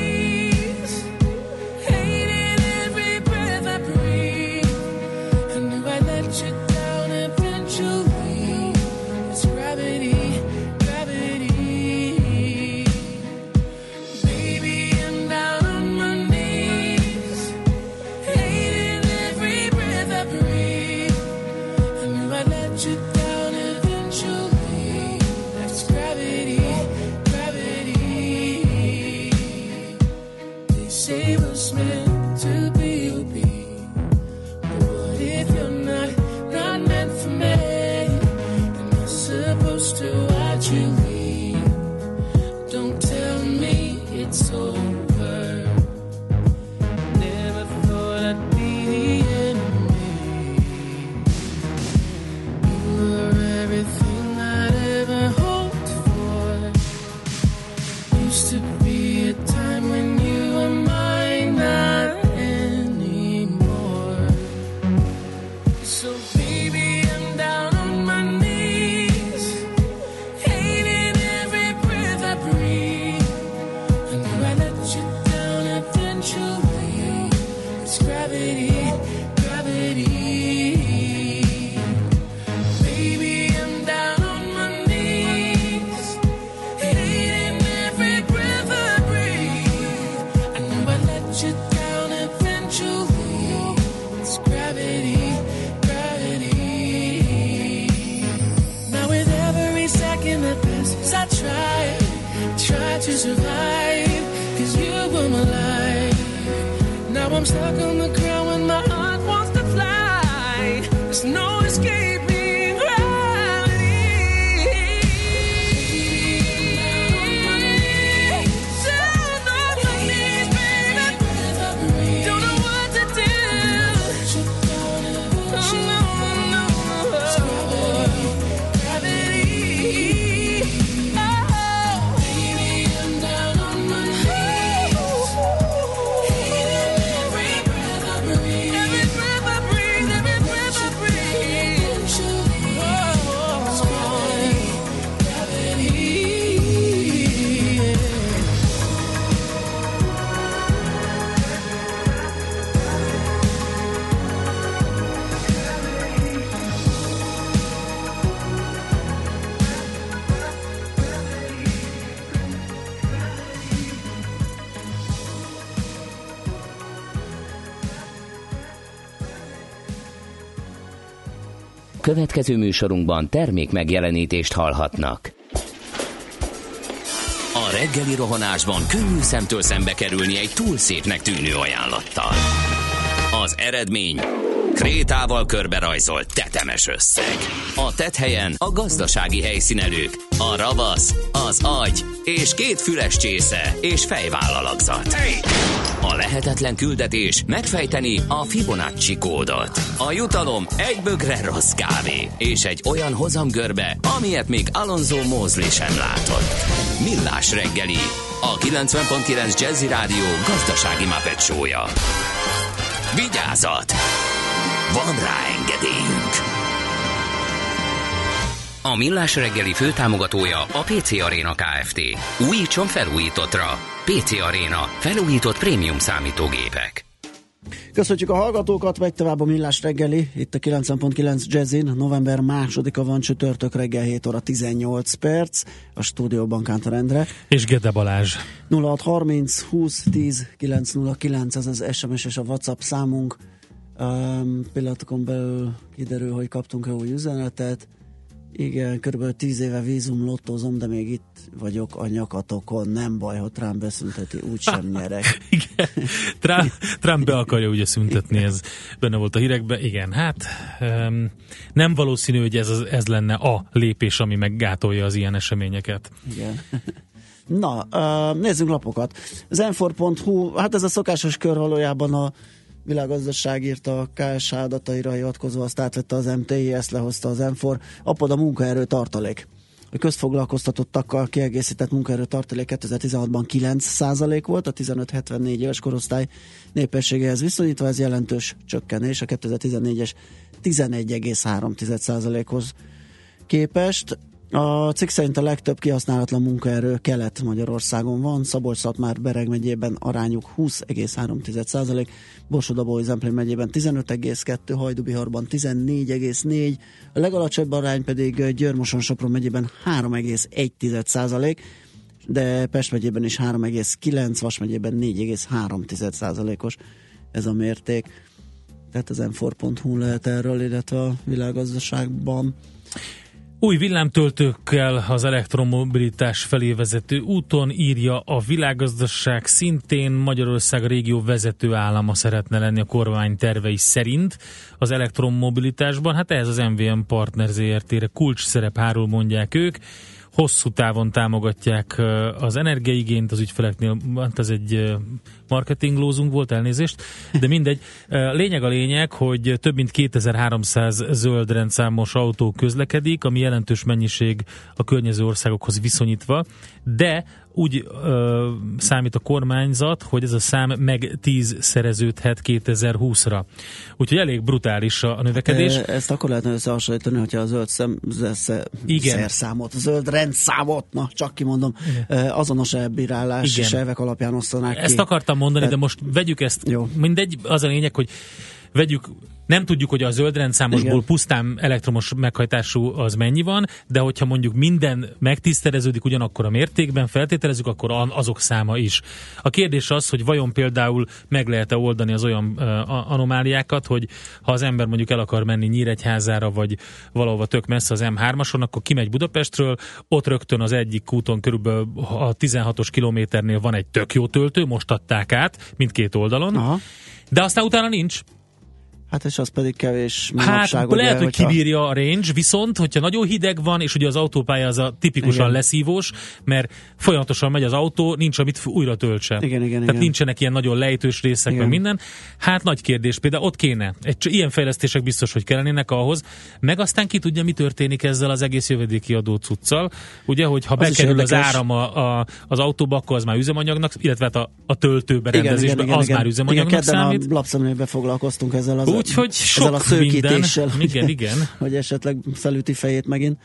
what's meant to be will be. But what if you're not, not meant for me? Am I supposed to watch you leave? Don't tell me it's over. Never thought I'd be the enemy. You were everything I'd ever hoped for. Used to be a time when you were mine, not anymore. So baby, I'm down on my knees, hating every breath I breathe. I knew I let you down eventually. It's gravity, gravity. Baby, I'm down on my knees, hating every breath I breathe. I knew I let you down eventually. It's gravity, gravity. Now with every second that passes, I try, try to survive, 'cause you were my life. Now I'm stuck on the ground when my heart wants to fly. There's no escaping gravity. Down on my knees, baby. Don't know what to do. Oh, no, no, gravity. Oh, baby, I'm down on my knees. Every breath I breathe, every breath I breathe, every breath I breathe. Oh, gravity. Következő műsorunkban termék megjelenítést hallhatnak. A reggeli rohanásban könnyű szemtől szembe kerülni egy túl szépnek tűnő ajánlattal. Az eredmény krétával körberajzolt tetemes összeg. A tetthelyen a gazdasági helyszínelők, a ravasz, az agy és két füles csésze és fejvállalakzat. A lehetetlen küldetés megfejteni a Fibonacci kódot. A jutalom egy bögre rossz kávé és egy olyan hozamgörbe, amilyet még Alonso Mosley sem látott. Millás reggeli, a kilencven pont kilenc Jazzy Rádió gazdasági Muppet show-ja. Vigyázat! Van rá engedélyünk! A Millás reggeli főtámogatója a pé cé Arena Kft. Újítson felújítottra. pé cé Arena. Felújított prémium számítógépek. Köszönjük a hallgatókat, megy tovább a Millás reggeli, itt a kilencven pont kilenc Jazzin, november másodika van, csütörtök reggel hét óra tizennyolc perc, a stúdióban Kántor Endre. És Gede Balázs. nulla hat harminc húsz tíz kilenc nulla kilenc, ez az es em es és a WhatsApp számunk. Um, pillanatokon belül kiderül, hogy kaptunk-e új üzenetet. Igen, körülbelül tíz éve vízum lottózom, de még itt vagyok a nyakatokon. Nem baj, ha Trump beszünteti, úgysem nyerek. Igen, Trump, Trump be akarja ugye szüntetni, ez benne volt a hírekben. Igen, hát um, nem valószínű, hogy ez, ez lenne a lépés, ami meggátolja az ilyen eseményeket. Igen. Na, uh, nézzünk lapokat. zenfor pont hu, hát ez a szokásos kör, valójában a Világgazdaság írta a ká es há adataira hivatkozva, azt átvette az em té i, ezt lehozta az zenfor. Apod a munkaerő tartalék. A közfoglalkoztatottakkal kiegészített munkaerő tartalék kétezer-tizenhatban kilenc százalék volt, a tizenöt-hetvennégy éves korosztály népességéhez viszonyítva, ez jelentős csökkenés a kétezer-tizennégyes tizenegy egész három százalékhoz képest. A cikk szerint a legtöbb kihasználatlan munkaerő Kelet-Magyarországon van, Szabolcs-Szatmár-Bereg megyében arányuk húsz egész három százalék, Borsod-Abaúj-Zemplén megyében tizenöt egész kettő, Hajdú-Biharban tizennégy egész négy, a legalacsonyabb arány pedig Győr-Moson-Sopron megyében három egész egy százalék, de Pest megyében is három egész kilenc, Vas megyében négy egész három százalékos ez a mérték. Tehát az zenfor pont hu lehet erről, illetve a Világgazdaságban. Új villámtöltőkkel az elektromobilitás felé vezető úton, írja a Világgazdaság, szintén Magyarország a régió vezető állama szeretne lenni a kormány tervei szerint az elektromobilitásban. Hát ehhez az em vé em Partner zé er té-re kulcs szerep hárul, mondják ők. Hosszú távon támogatják az energiaigényt az ügyfeleknél, hát ez egy marketinglózunk volt, elnézést, de mindegy. Lényeg a lényeg, hogy több mint kétezer-háromszáz zöld rendszámos autó közlekedik, ami jelentős mennyiség a környező országokhoz viszonyítva, de úgy ö, számít a kormányzat, hogy ez a szám meg tíz szereződhet kétezer-húszra. Úgyhogy elég brutális a növekedés. E, ezt akkor lehetne összehasonlítani, hogyha a zöld szem, szerszámot, a zöld rendszámot, na csak kimondom, e, azonos elbírálás és elvek alapján osztanák ki. Ezt akartam mondani, de, de most vegyük ezt, jó. Mindegy, az a lényeg, hogy vegyük, nem tudjuk, hogy a zöld rendszámosból igen. pusztán elektromos meghajtású az mennyi van, de hogyha mondjuk minden megtízszereződik ugyanakkor a mértékben, feltételezzük, akkor azok száma is. A kérdés az, hogy vajon például meg lehet-e oldani az olyan uh, anomáliákat, hogy ha az ember mondjuk el akar menni Nyíregyházára, vagy valahova tök messze az em hármason, akkor kimegy Budapestről, ott rögtön az egyik úton körülbelül a tizenhatos kilométernél van egy tök jó töltő, most adták át mindkét oldalon, aha. de aztán utána nincs. Hát és az pedig kevés manapság. Hát ugye, lehet, hogy kibírja a range, viszont hogyha nagyon hideg van, és ugye az autópálya az a tipikusan igen. leszívós, mert folyamatosan megy az autó, nincs amit újra töltsen. Igen, igen, Tehát igen. nincsenek ilyen nagyon lejtős részek, meg minden. Hát nagy kérdés, például ott kéne. Egy, ilyen fejlesztések biztos, hogy kellenének ahhoz, meg aztán ki tudja, mi történik ezzel az egész jövedéki adó cuccal. Ugye, hogy ha az bekerül az áram a, a, az autóba, akkor az már üzemanyagnak, illetve hát a, a töltőberendezésben az igen, igen. már üzemanyagnak igen, számít. A lapszemlében foglalkoztunk ezzel az úgyhogy ezzel a szőkítéssel, igen, igen. hogy esetleg felüti fejét megint.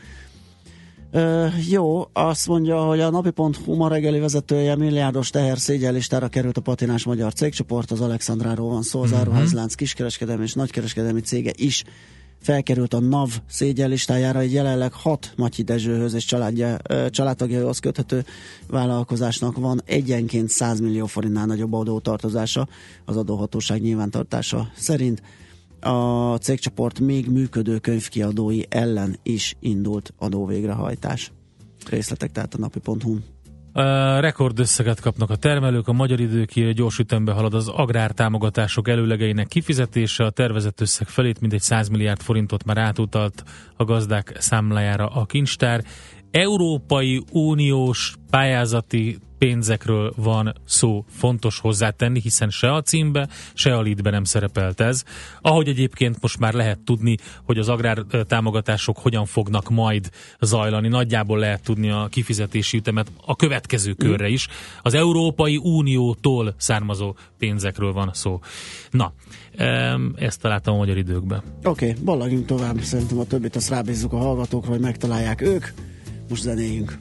Ö, jó, azt mondja, hogy a napi pont hu ma reggeli vezetője milliárdos teher szégyenlistára került a patinás magyar cégcsoport, az Alexandráról van szó, az uh-huh. áruházlánc kiskereskedelmi és nagykereskedelmi cége is felkerült a NAV szégyenlistájára, egy jelenleg hat Matyi Dezsőhöz és családja, családtagjaihoz köthető vállalkozásnak van egyenként száz millió forintnál nagyobb adótartozása az adóhatóság nyilvántartása szerint. A cégcsoport még működő könyvkiadói ellen is indult adóvégrehajtás. Részletek tehát a napi pont hu. Rekordösszeget kapnak a termelők, a magyar idők gyors ütembe halad az agrártámogatások előlegeinek kifizetése, a tervezett összeg felét mintegy száz milliárd forintot már átutalt a gazdák számlájára a kincstár. Európai Uniós pályázati pénzekről van szó, fontos hozzátenni, hiszen se a címbe, se a leadbe nem szerepelt ez. Ahogy egyébként most már lehet tudni, hogy az agrártámogatások hogyan fognak majd zajlani, nagyjából lehet tudni a kifizetési ütemet a következő körre is. Az Európai Uniótól származó pénzekről van szó. Na, ezt találtam a magyar időkben. Oké, okay, ballagjunk tovább, szerintem a többit azt rábízzuk a hallgatókra, hogy megtalálják ők. Most zenéljünk.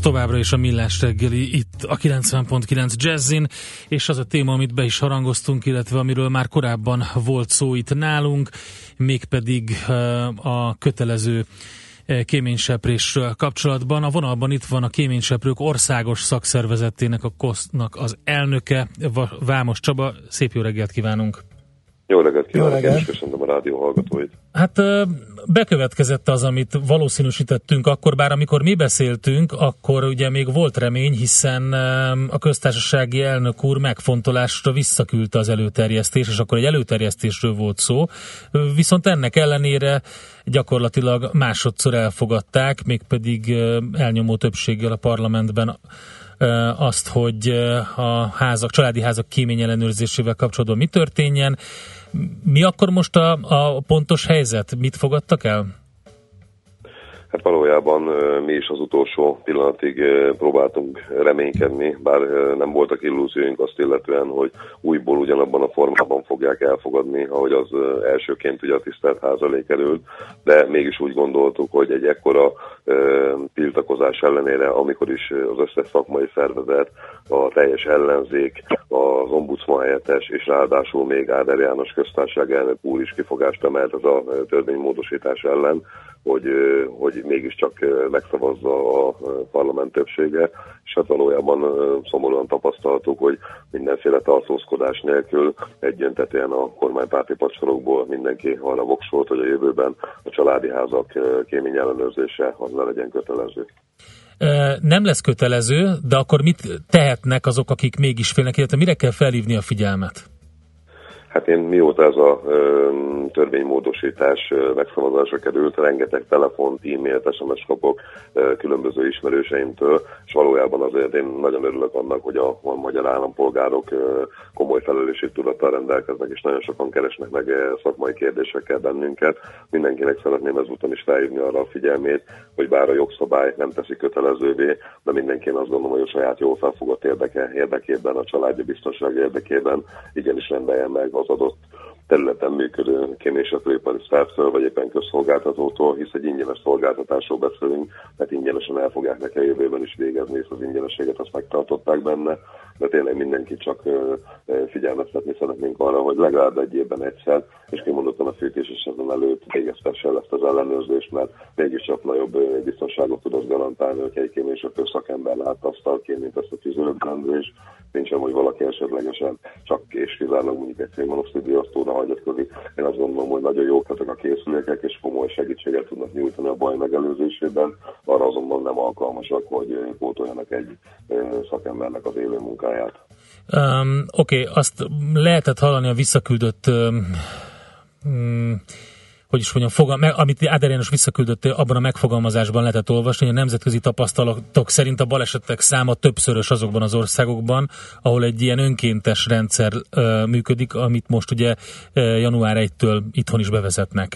továbbra is a Millás reggeli itt a kilencven pont kilenc Jazzin, és az a téma, amit be is harangoztunk, illetve amiről már korábban volt szó itt nálunk, mégpedig a kötelező kéményseprésről kapcsolatban. A vonalban itt van a Kéményseprők Országos Szakszervezetének, a kosznak az elnöke, Vámos Csaba. Szép jó reggelt kívánunk! Jó reggelt kívánok, én is köszöntöm a rádió hallgatóit. Hát bekövetkezett az, amit valószínűsítettünk akkor, bár amikor mi beszéltünk, akkor ugye még volt remény, hiszen a köztársasági elnök úr megfontolásra visszaküldte az előterjesztés, és akkor egy előterjesztésről volt szó, viszont ennek ellenére gyakorlatilag másodszor elfogadták, mégpedig elnyomó többséggel a parlamentben azt, hogy a házak, családi házak kéményellenőrzésével kapcsolatban mi történjen. Mi akkor most a, a pontos helyzet? Mit fogadtak el? Hát valójában mi is az utolsó pillanatig próbáltunk reménykedni, bár nem voltak illúzióink azt illetően, hogy újból ugyanabban a formában fogják elfogadni, ahogy az elsőként ugye a tisztelt ház elé került, de mégis úgy gondoltuk, hogy egy ekkora tiltakozás ellenére, amikor is az összes szakmai szervezet, a teljes ellenzék, az ombudsman helyettes, és ráadásul még Áder János köztársasági elnök úr is kifogást emelt az a törvénymódosítás ellen, hogy, hogy mégiscsak megszavazza a parlament többsége, és hát valójában szomorúan tapasztaltuk, hogy mindenféle tartózkodás nélkül egyöntetően a kormánypárti padsorokból mindenki arra voksolt, hogy a jövőben a családi házak kéményellenőrzése az ne legyen kötelező. Nem lesz kötelező, de akkor mit tehetnek azok, akik mégis félnek, illetve mire kell felhívni a figyelmet? Hát én mióta ez a ö, törvénymódosítás ö, megszavazásra került, rengeteg telefont, e-mailt, es em es kapok ö, különböző ismerőseimtől, és valójában azért én nagyon örülök annak, hogy a, a magyar állampolgárok ö, komoly felelősségtudattal rendelkeznek, és nagyon sokan keresnek meg ö, szakmai kérdésekkel bennünket. Mindenkinek szeretném ezúton is felhívni arra a figyelmét, hogy bár a jogszabály nem teszi kötelezővé, de mindenkinek azt gondolom, hogy a saját jól felfogott érdeke, érdekében, a családi biztonság érdekében igenis rendeljen meg az adott területen működő kéményseprőipari szervtől, vagy éppen közszolgáltatótól, hisz egy ingyenes szolgáltatásról beszélünk, mert ingyenesen el fogják neki a jövőben is végezni, és az ingyenességet azt megtartották benne, de tényleg mindenki csak figyelmeztetni szeretnénk arra, hogy legalább egy évben egyszer, és kimondottan a fűtési szezon előtt végeztesse ezt az ellenőrzést, mert mégiscsak nagyobb biztonságot tud az garantálni, hogy egy kéményseprő szakember látasztalként, mint ezt a tüzelőberendezést, nincsen, hogy valaki esetlegesen csak és kizárólag mondjuk egy szénmonoxiddiasztóra hagyatkozik. Én azt gondolom, hogy nagyon jók ezek a készülékek, és komoly segítséget tudnak nyújtani a baj megelőzésében, arra azonban nem alkalmasak, hogy pótoljanak egy szakembernek az élő munkáját. Um, Oké, okay, azt lehetett hallani a visszaküldött um, hogy is mondjam, fogam, amit Áder János visszaküldött, abban a megfogalmazásban lehetett olvasni, hogy a nemzetközi tapasztalatok szerint a balesetek száma többszörös azokban az országokban, ahol egy ilyen önkéntes rendszer uh, működik, amit most ugye uh, január elsejétől itthon is bevezetnek.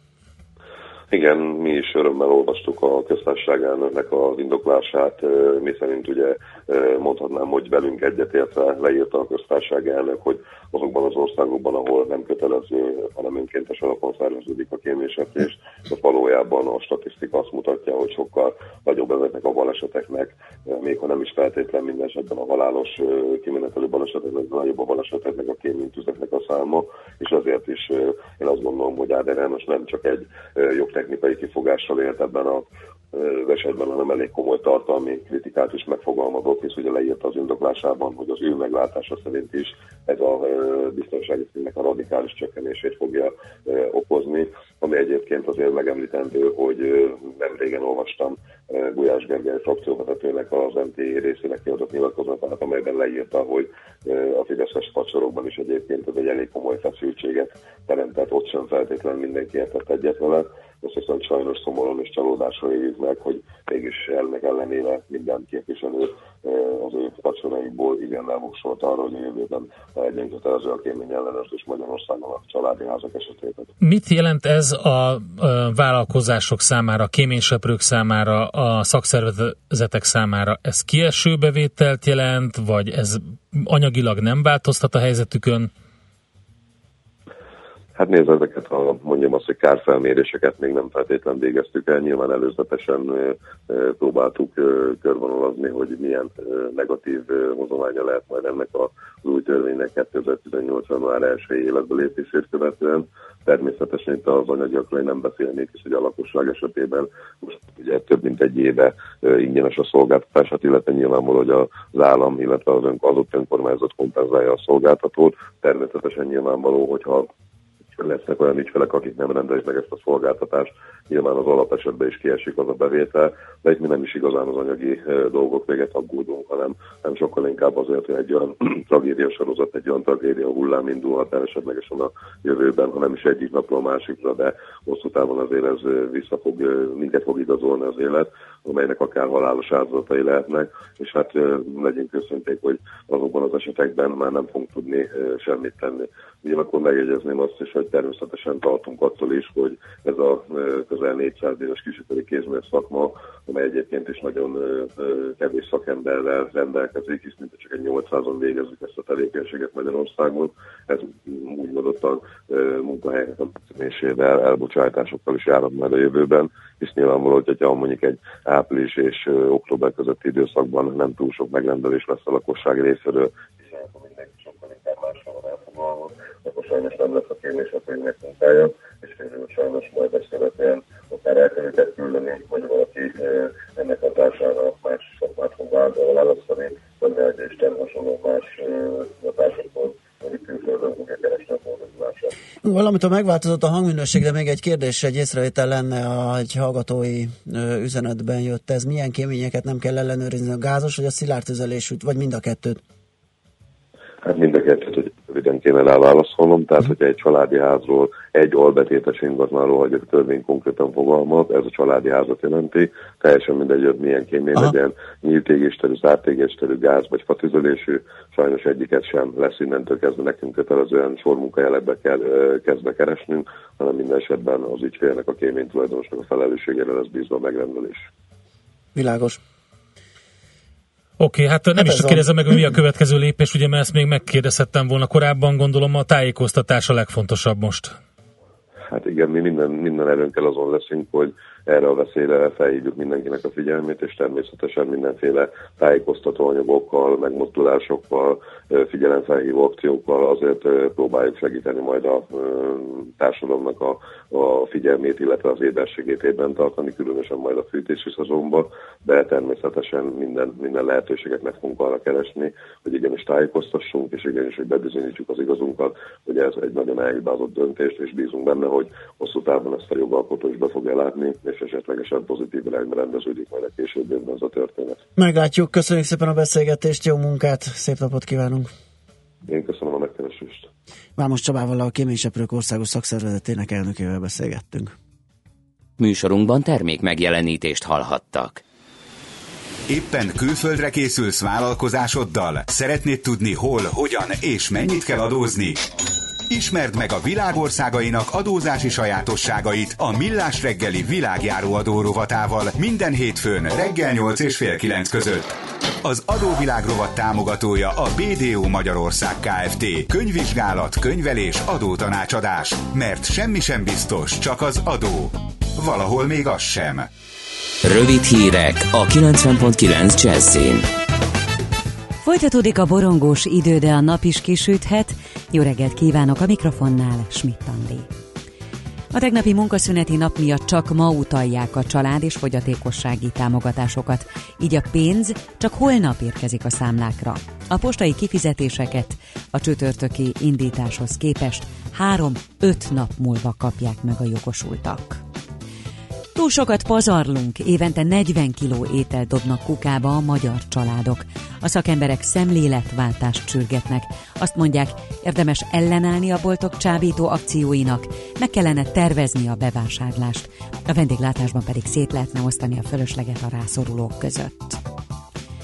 Igen, mi is örömmel olvastuk a köztársaság elnöknek az indoklását, mi szerint ugye mondhatnám, hogy velünk egyetértve leírta a köztársaság elnök, hogy azokban az országokban, ahol nem kötelező, hanem önkéntes alapon szerveződik a kéményseprés, ott valójában a statisztika azt mutatja, hogy sokkal nagyobb ezeknek a baleseteknek, még ha nem is feltétlen minden esetben a halálos kimenetelő baleseteknek, de nagyobb a baleseteknek, a kéménytüzeknek a száma, és azért is én azt gondolom, hogy Áder János nem csak egy jogtechnikai kifogással élt ebben a az esetben, hanem elég komoly tartalmi kritikát is megfogalmazott, hisz ugye leírta az indoklásában, hogy az ő meglátása szerint is ez a biztonsági színnek a radikális csökkenését fogja okozni, ami egyébként azért megemlítendő, hogy nem régen olvastam Gulyás Gergely frakcióvezetőnek az em té i részének kiadott nyilatkozatát, amelyben leírta, hogy a fideszes padsorokban is egyébként ez egy elég komoly feszültséget teremtett, ott sem feltétlenül mindenki értett egyet vele. Azt hiszem, sajnos szomorúan és csalódásra éljük meg, hogy mégis ennek ellenére minden képviselő az ő padsoraikból igen elvoksolt arra, hogy a jövőben legyen kötelező a kéményellenőrzés Magyarországon a családi házak esetében. Mit jelent ez a vállalkozások számára, a kéményseprők számára, a szakszervezetek számára? Ez kieső bevételt jelent, vagy ez anyagilag nem változtat a helyzetükön? Hát nézd, ezeket, ha mondjam azt, hogy kárfelméréseket még nem feltétlenül végeztük el, nyilván előzetesen próbáltuk körvonalazni, hogy milyen negatív hozománya lehet majd ennek az új törvénynek kétezer-tizennyolc. január elsői életbe lépését követően. Természetesen itt az anyagiakról nem beszélnék, és hogy a lakosság esetében most ugye több mint egy éve ingyenes a szolgáltatását, illetve nyilvánvaló, hogy az állam, illetve az adott önkormányzat kompenzálja a szolgáltatót. Természetesen nyilvánvaló, hogyha lesznek olyan ügyfelek, akik nem rendelik meg ezt a szolgáltatást, nyilván az alapesetben is kiesik az a bevétel, de itt mi nem is igazán az anyagi dolgok véget aggódunk, hanem nem sokkal inkább azért, hogy egy olyan tragédia sorozat, egy olyan tragédia hullám indulhat el esetlegesen a jövőben, ha nem is egyik napról a másikra, de hosszú távon azért ez vissza fog, minket fog igazolni az élet, amelynek akár halálos áldozatai lehetnek, és hát legyünk őszinték, hogy azokban az esetekben már nem fogunk tudni semmit tenni. Ugyanakkor megjegyezném azt is, hogy természetesen tartunk attól is, hogy ez a közel négyszáz éves kisipari kézműves szakma, amely egyébként is nagyon kevés szakemberrel rendelkezik, hisz mint csak egy nyolcszázon végezzük ezt a tevékenységet Magyarországon. Ez úgymondottan munkahelyek a megszűnésével, elbocsátásokkal is járhat majd a jövőben, hisz nyilvánvaló, hogyha mondjuk egy április és október közötti időszakban nem túl sok megrendelés lesz a lakosság részéről, hiszen akkor mindenki sokkal inkább máshol van elfoglalva, akkor sajnos nem lesz a kérés a könyvnek munkája, és végül sajnos majd ezt követően akár el kell őket küldeni, vagy valaki ennek hatására más szakmát fog választani, vagy ne Isten hasonló más hatásokhoz, hogy külföldön fogja keresni a fordulását. Valamitől megváltozott a hangminőség, de még egy kérdés, egy észrevétel lenne, a, egy hallgatói ö, üzenetben jött ez. Milyen kéményeket nem kell ellenőrizni, a gázos vagy a szilárd tüzelésűt, vagy mind a kettőt? Hát mind a kettőt, hogy röviden kéne rá válaszolnom, tehát hogyha egy családi házról, egy albetétes ingatlanról, hogy a törvény konkrétan fogalmaz, ez a családi házat jelenti, teljesen mindegy, hogy milyen kémény legyen, nyílt égésterű, zárt égésterű, gáz vagy fatüzelésű, sajnos egyiket sem lesz innentől kezdve nekünk kötelezően sormunkajelekbe kell kezdve keresnünk, hanem minden esetben az ügyfélnek, a kémény tulajdonosnak a felelősségére lesz bízva a megrendelés. Világos. Oké, okay, hát nem hát is csak kérdezem meg, hogy mi a következő lépés, ugye, mert ezt még megkérdezhettem volna korábban, gondolom a tájékoztatás a legfontosabb most. Hát igen, mi minden, minden erőnkkel azon leszünk, hogy erre a veszélyre felhívjuk mindenkinek a figyelmét, és természetesen mindenféle tájékoztató anyagokkal, megmozdulásokkal, figyelemfelhívó akciókkal azért próbáljuk segíteni majd a társadalomnak a, a figyelmét, illetve az éberségét ében tartani, különösen majd a fűtési szezonban, de természetesen minden, minden lehetőséget meg fogunk arra keresni, hogy igenis tájékoztassunk, és igenis, hogy bebizonyítsuk az igazunkat, hogy ez egy nagyon elhibázott döntést, és bízunk benne, hogy hosszú távon ezt a jogalkotó is be fogja látni, és esetlegesen pozitív irányba rendeződik majd a későbbiekben ez a történet. Meglátjuk, köszönjük szépen a beszélgetést, jó munkát, szép napot kívánunk! Én köszönöm a megkeresést. Vámos Csabával, a Kéményseprők Országos Szakszervezetének elnökével beszélgettünk. Műsorunkban termék megjelenítést hallhattak. Éppen külföldre készülsz vállalkozásoddal? Szeretnéd tudni hol, hogyan és mennyit kell adózni? Ismerd meg a világ országainak adózási sajátosságait a Millás reggeli világjáró adó rovatával minden hétfőn reggel nyolc és fél kilenc között. Az Adóvilág rovat támogatója a bé dé o Magyarország Kft. Könyvvizsgálat, könyvelés, adótanácsadás. Mert semmi sem biztos, csak az adó. Valahol még az sem. Rövid hírek a kilencven pont kilenc Jazzin. Folytatódik a borongós idő, de a nap is kisüthet. Jó reggelt kívánok, a mikrofonnál Schmidt Andi. A tegnapi munkaszüneti nap miatt csak ma utalják a család és fogyatékossági támogatásokat, így a pénz csak holnap érkezik a számlákra. A postai kifizetéseket a csütörtöki indításhoz képest három-öt nap múlva kapják meg a jogosultak. Túl sokat pazarlunk, évente negyven kiló ételt dobnak kukába a magyar családok. A szakemberek szemléletváltást sürgetnek. Azt mondják, érdemes ellenállni a boltok csábító akcióinak, meg kellene tervezni a bevásárlást. A vendéglátásban pedig szét lehetne osztani a fölösleget a rászorulók között.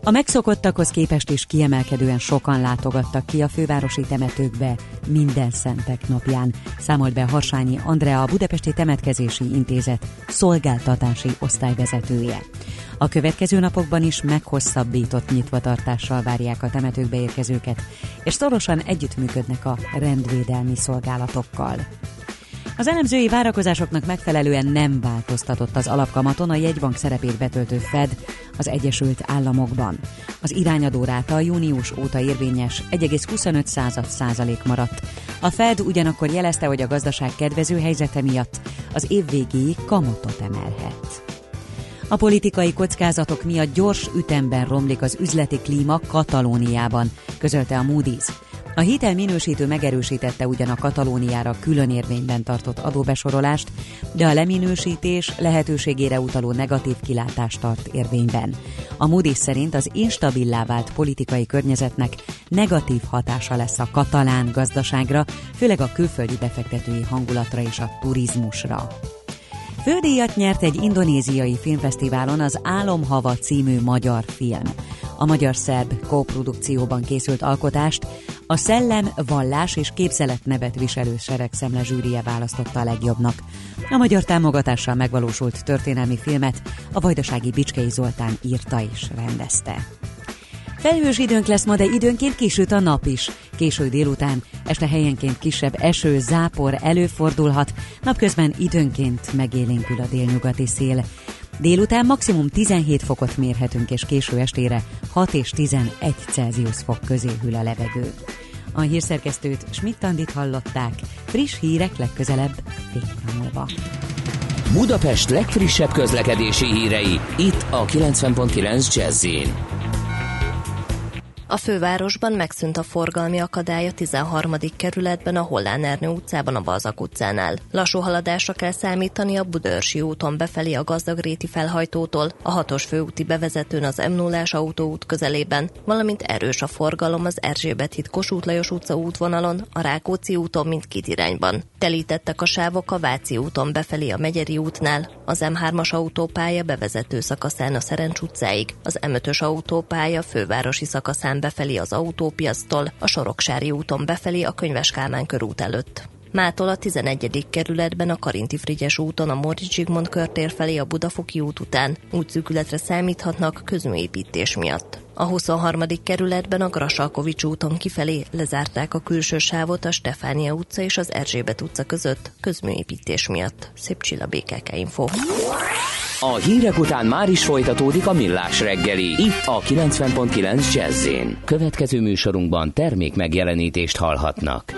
A megszokottakhoz képest is kiemelkedően sokan látogattak ki a fővárosi temetőkbe minden szentek napján, számolt be Harsányi Andrea, a Budapesti Temetkezési Intézet szolgáltatási osztályvezetője. A következő napokban is meghosszabbított nyitvatartással várják a temetőkbe érkezőket, és szorosan együttműködnek a rendvédelmi szolgálatokkal. Az elemzői várakozásoknak megfelelően nem változtatott az alapkamaton a jegybank szerepét betöltő Fed az Egyesült Államokban. Az irányadó ráta június óta érvényes egy egész huszonöt százalék maradt. A Fed ugyanakkor jelezte, hogy a gazdaság kedvező helyzete miatt az év végéig kamatot emelhet. A politikai kockázatok miatt gyors ütemben romlik az üzleti klíma Katalóniában, közölte a Moody's. A hitelminősítő megerősítette ugyan a Katalóniára külön érvényben tartott adóbesorolást, de a leminősítés lehetőségére utaló negatív kilátást tart érvényben. A Moody's szerint az instabilá vált politikai környezetnek negatív hatása lesz a katalán gazdaságra, főleg a külföldi befektetői hangulatra és a turizmusra. Fődíjat nyert egy indonéziai filmfesztiválon az Álomhava című magyar film. A magyar-szerb kóprodukcióban készült alkotást a Szellem, Vallás és Képzelet nevet viselő seregszemle zsűrije választotta a legjobbnak. A magyar támogatással megvalósult történelmi filmet a vajdasági Bicskei Zoltán írta és rendezte. Felhős időnk lesz ma, de időnként kisüt a nap is. Késő délután, este helyenként kisebb eső, zápor előfordulhat, napközben időnként megélénkül a délnyugati szél. Délután maximum tizenhét fokot mérhetünk, és késő estére hat és tizenegy Celsius fok közé hűl a levegő. A hírszerkesztőt, Schmidt-Andit hallották, friss hírek legközelebb fél óra múlva. Budapest legfrissebb közlekedési hírei, itt a kilencven pont kilenc Jazz-in. A fővárosban megszűnt a forgalmi akadály a tizenharmadik kerületben, a Hollán Ernő utcában, a Balzak utcánál. Lassú haladásra kell számítani a Budaörsi úton befelé a Gazdagréti felhajtótól, a hatos főúti bevezetőn az em nullás autóút közelében, valamint erős a forgalom az Erzsébet híd Kossuth Lajos utca útvonalon, a Rákóczi úton mindkét irányban. Telítettek a sávok a Váci úton befelé a Megyeri útnál, az em hármas autópálya bevezető szakaszán a Szerencs utcáig, az em ötös autópálya fővárosi szakaszán befelé az Autópiactól, a Soroksári úton befelé a Könyves Kálmán körút előtt. Mától a tizenegyedik kerületben a Karinti Frigyes úton a Móricz Zsigmond körtér felé a Budafoki út után útszűkületre számíthatnak közműépítés miatt. A huszonharmadik kerületben a Grassalkovich úton kifelé lezárták a külső sávot a Stefánia utca és az Erzsébet utca között közműépítés miatt. Szép Csilla, bé ká ká Info. A hírek után már is folytatódik a Millás reggeli, itt a kilencven pont kilenc Jazz-in. Következő műsorunkban termék megjelenítést hallhatnak.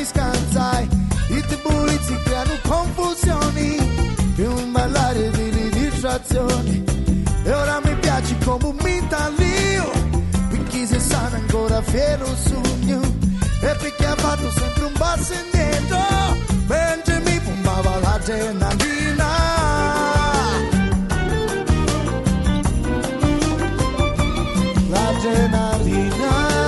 scanzai, i bulizzi creano confusioni, più un ballare di distrazioni, e ora mi piaci come un metallo, perché se sana ancora fiero sogno, e perché ha fatto sempre un passo indietro, mentre mi bombava l'adrenalina. L'adrenalina.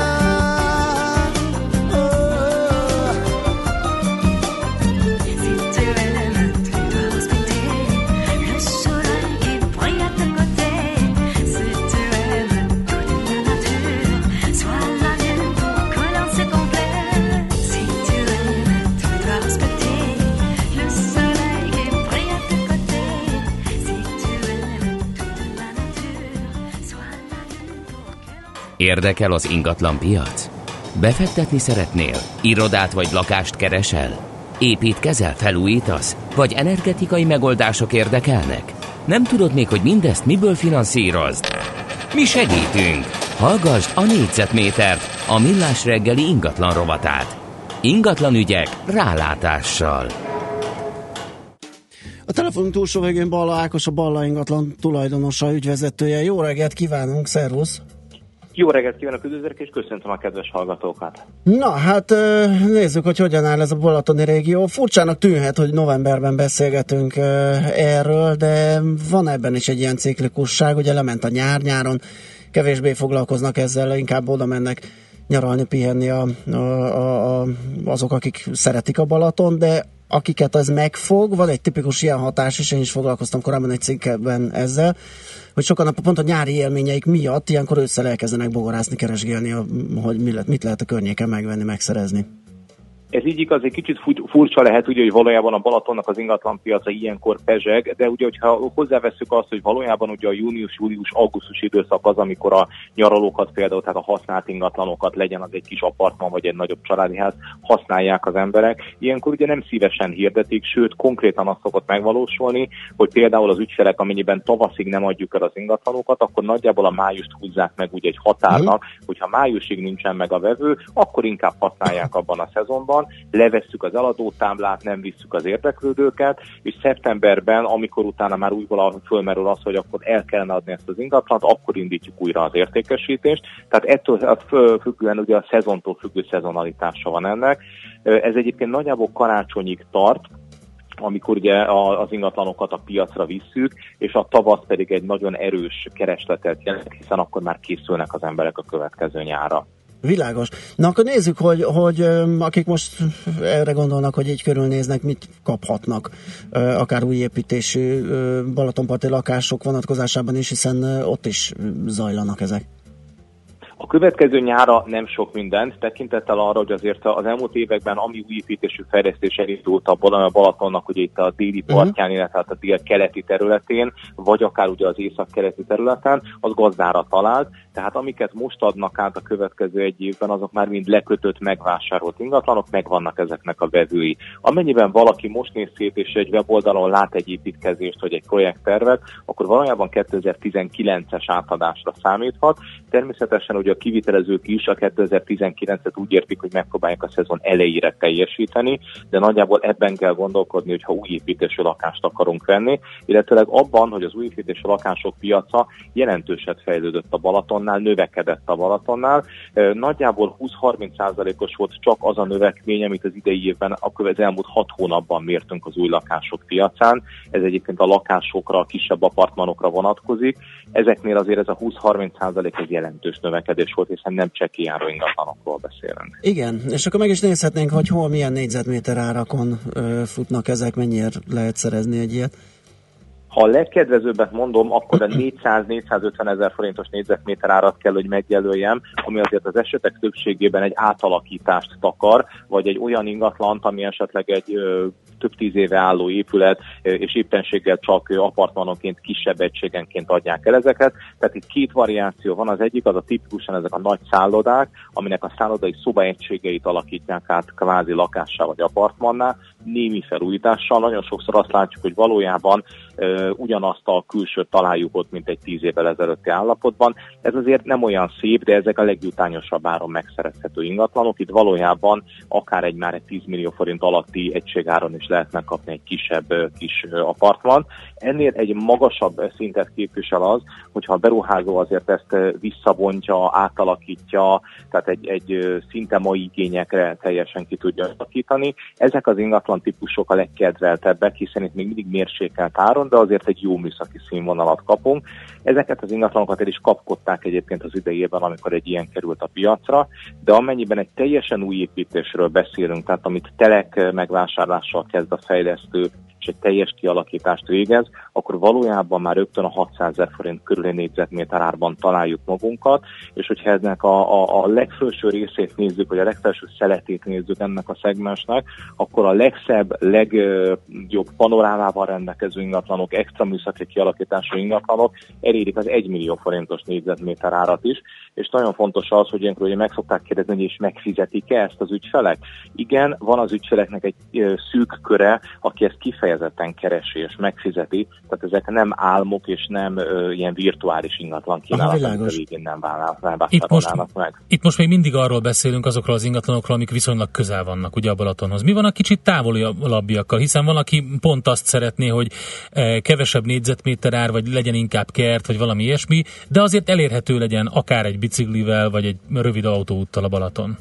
Érdekel az ingatlan piac? Befektetni szeretnél? Irodát vagy lakást keresel? Építkezel, felújítasz? Vagy energetikai megoldások érdekelnek? Nem tudod még, hogy mindezt miből finanszírozd? Mi segítünk! Hallgasd a négyzetmétert, a Millás reggeli ingatlan rovatát. Ingatlan ügyek rálátással. A telefonunk túlsó végén Balla Ákos, a Balla ingatlan tulajdonosa, ügyvezetője. Jó reggelt kívánunk, szervusz! Jó reggelt kívánok, üdvözlök, és köszöntöm a kedves hallgatókat. Na, hát nézzük, hogy hogyan áll ez a balatoni régió. Furcsának tűnhet, hogy novemberben beszélgetünk erről, de van ebben is egy ilyen ciklikusság, ugye lement a nyár, nyáron kevésbé foglalkoznak ezzel, inkább oda mennek nyaralni, pihenni a, a, a, a, azok, akik szeretik a Balaton, de akiket ez megfog, van egy tipikus ilyen hatás, és én is foglalkoztam korábban egy cikkben ezzel, hogy sokan pont a nyári élményeik miatt ilyenkor ősszel elkezdenek bogorászni, keresgélni, hogy mit lehet a környéken megvenni, megszerezni. Ez így igaz, egy kicsit furcsa lehet, ugye, hogy valójában a Balatonnak az ingatlanpiaca ilyenkor pezseg, de ugye, hogyha hozzáveszünk azt, hogy valójában ugye a június, július, augusztus időszak az, amikor a nyaralókat például, tehát a használt ingatlanokat, legyen az egy kis apartman vagy egy nagyobb családi ház, használják az emberek. Ilyenkor ugye nem szívesen hirdetik, sőt konkrétan azt szokott megvalósulni, hogy például az ügyfelek, amennyiben tavaszig nem adjuk el az ingatlanokat, akkor nagyjából a májust húzzák meg úgy egy határnak, hogyha májusig nincsen meg a vevő, akkor inkább használják abban a szezonban. Levesszük az eladótáblát, nem visszük az érdeklődőket, és szeptemberben, amikor utána már újból fölmerül az, hogy akkor el kellene adni ezt az ingatlant, akkor indítjuk újra az értékesítést. Tehát ettől függően ugye a szezontól függő szezonalitása van ennek. Ez egyébként nagyjából karácsonyig tart, amikor ugye az ingatlanokat a piacra visszük, és a tavasz pedig egy nagyon erős keresletet jelent, hiszen akkor már készülnek az emberek a következő nyárra. Világos. Na akkor nézzük, hogy, hogy akik most erre gondolnak, hogy így körülnéznek, mit kaphatnak, akár új építésű balatonparti lakások vonatkozásában is, hiszen ott is zajlanak ezek. A következő nyára nem sok mindent, tekintettel arra, hogy azért az elmúlt években, ami új építésű fejlesztés elindult a Balatonnak, ugye itt a déli partján, illetve a dél-keleti területén, vagy akár ugye az észak-keleti területen, az gazdára talált, tehát amiket most adnak át a következő egy évben, azok már mind lekötött, megvásárolt ingatlanok, megvannak ezeknek a vevői. Amennyiben valaki most néz szét, és egy weboldalon lát egy építkezést, vagy egy projekttervet, akkor valójában kétezer-tizenkilences átadásra számíthat. Természetesen ugye a kivitelezők is a kétezer-tizenkilencet úgy értik, hogy megpróbálják a szezon elejére teljesíteni, de nagyjából ebben kell gondolkodni, hogyha új építésű lakást akarunk venni, illetőleg abban, hogy az új építésű lakások piaca jelentőset fejlődött a Balatonnál, növekedett a Balatonnál. Nagyjából húsz-harminc százalékos volt csak az a növekmény, amit az idei évben a következő elmúlt hat hónapban mértünk az új lakások piacán. Ez egyébként a lakásokra, a kisebb apartmanokra vonatkozik. Ezeknél azért ez a húsz-harminc százalék egy jelentős növekedés volt, hiszen nem csekély járó ingatlanokról beszélünk. Igen, és akkor meg is nézhetnénk, hogy hol milyen négyzetméter árakon ö, futnak ezek, mennyire lehet szerezni egy ilyet. Ha a legkedvezőbbet mondom, akkor a négyszáz-négyszázötven ezer forintos négyzetméter árat kell, hogy megjelöljem, ami azért az esetek többségében egy átalakítást takar, vagy egy olyan ingatlant, ami esetleg egy ö, több tíz éve álló épület, és éppenséggel csak apartmanonként, kisebb egységenként adják el ezeket. Tehát itt két variáció van. Az egyik az a tipikusan ezek a nagy szállodák, aminek a szállodai szobaegységeit alakítják át kvázi lakássá vagy apartmannál, némi felújítással. Nagyon sokszor azt látjuk, hogy valójában ugyanazt a külsőt találjuk ott, mint egy tíz évvel ezelőtti állapotban. Ez azért nem olyan szép, de ezek a legjutányosabb áron megszerezhető ingatlanok. Itt valójában akár egy már egy tíz millió forint alatti egységáron is lehet megkapni egy kisebb kis apartman. Ennél egy magasabb szintet képvisel az, hogyha a beruházó azért ezt visszabontja, átalakítja, tehát egy, egy szinte mai igényekre teljesen ki tudja alakítani. Ezek az ingatlan típusok a legkedveltebbek, hiszen itt még mindig mérsékelt áron, de azért egy jó műszaki színvonalat kapunk. Ezeket az ingatlanokat el is kapkodták egyébként az idejében, amikor egy ilyen került a piacra, de amennyiben egy teljesen új építésről beszélünk, tehát amit telek megvásárlással kezd a fejlesztő, és egy teljes kialakítást végez, akkor valójában már rögtön a hatszázezer forint körüli négyzetméter árban találjuk magunkat, és hogyha ennek a, a, a legfelső részét nézzük, vagy a legfelső szeletét nézzük ennek a szegmensnek, akkor a legszebb, legjobb panorámával rendelkező ingatlanok, extra műszaki kialakítású ingatlanok elérik az egy millió forintos négyzetméter árat is, és nagyon fontos az, hogy ilyenkor ugye meg szokták kérdezni, hogy és megfizetik-e ezt az ügyfelek? Igen, van az ügyfeleknek egy szűk köre, aki ezt kifejezetten keresi és megfizeti, tehát ezek nem álmok és nem ö, ilyen virtuális ingatlan kínálatok, a végén nem vásárolnának meg. Itt most még mindig arról beszélünk, azokról az ingatlanokról, amik viszonylag közel vannak ugye a Balatonhoz. Mi van a kicsit távolabbiakkal? Hiszen van, aki pont azt szeretné, hogy kevesebb négyzetméter ár, vagy legyen inkább kert, vagy valami ilyesmi, de azért elérhető legyen akár egy biciklivel, vagy egy rövid autóúttal a Balaton.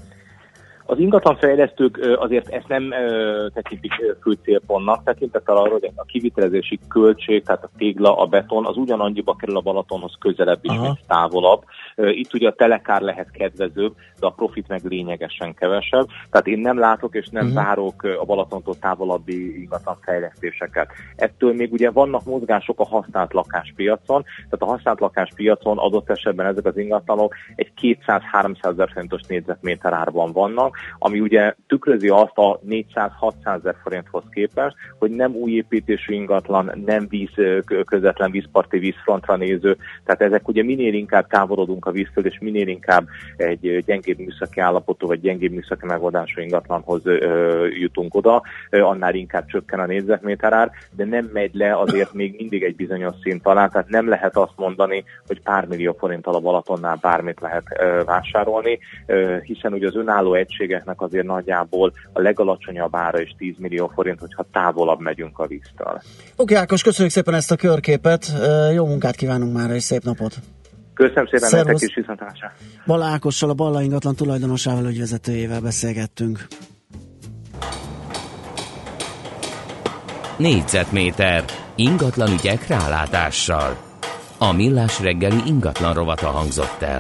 Az ingatlanfejlesztők azért ezt nem tekintik fő célpontnak, tekintettel arra, hogy a kivitelezési költség, tehát a tégla, a beton, az ugyanannyiba kerül a Balatonhoz közelebb is, mint távolabb. Itt ugye a telekár lehet kedvezőbb, de a profit meg lényegesen kevesebb. Tehát én nem látok és nem várok a Balatontól távolabbi ingatlanfejlesztéseket. Ettől még ugye vannak mozgások a használt lakáspiacon, tehát a használt lakáspiacon adott esetben ezek az ingatlanok egy kétszáz-háromszázezer forintos négyzetméter árban vannak, ami ugye tükrözi azt a négyszáz-hatszázezer forinthoz képest, hogy nem új építésű ingatlan, nem víz, közvetlen vízparti vízfrontra néző, tehát ezek ugye minél inkább távolodunk a víztől, és minél inkább egy gyengébb műszaki állapotú, vagy gyengébb műszaki megoldású ingatlanhoz ö, jutunk oda, ö, annál inkább csökken a négyzetméter ár, de nem megy le azért még mindig egy bizonyos szint alá, tehát nem lehet azt mondani, hogy pár millió forinttal a Balatonnál bármit lehet ö, vásárolni, ö, hiszen ugye az önálló egységeknek azért nagyjából a legalacsonyabb ára is tíz millió forint, hogyha távolabb megyünk a víztől. Oké, Ákos, köszönjük szépen ezt a körképet, jó munkát kívánunk már, és szép napot! Köszönöm szépen, nektek is, viszontlátásra! Balla Ákossal, a Balla ingatlan tulajdonosával, ügyvezetőjével beszélgettünk. Négyzetméter ingatlan ügyek rálátással. A Millás reggeli ingatlan rovata hangzott el.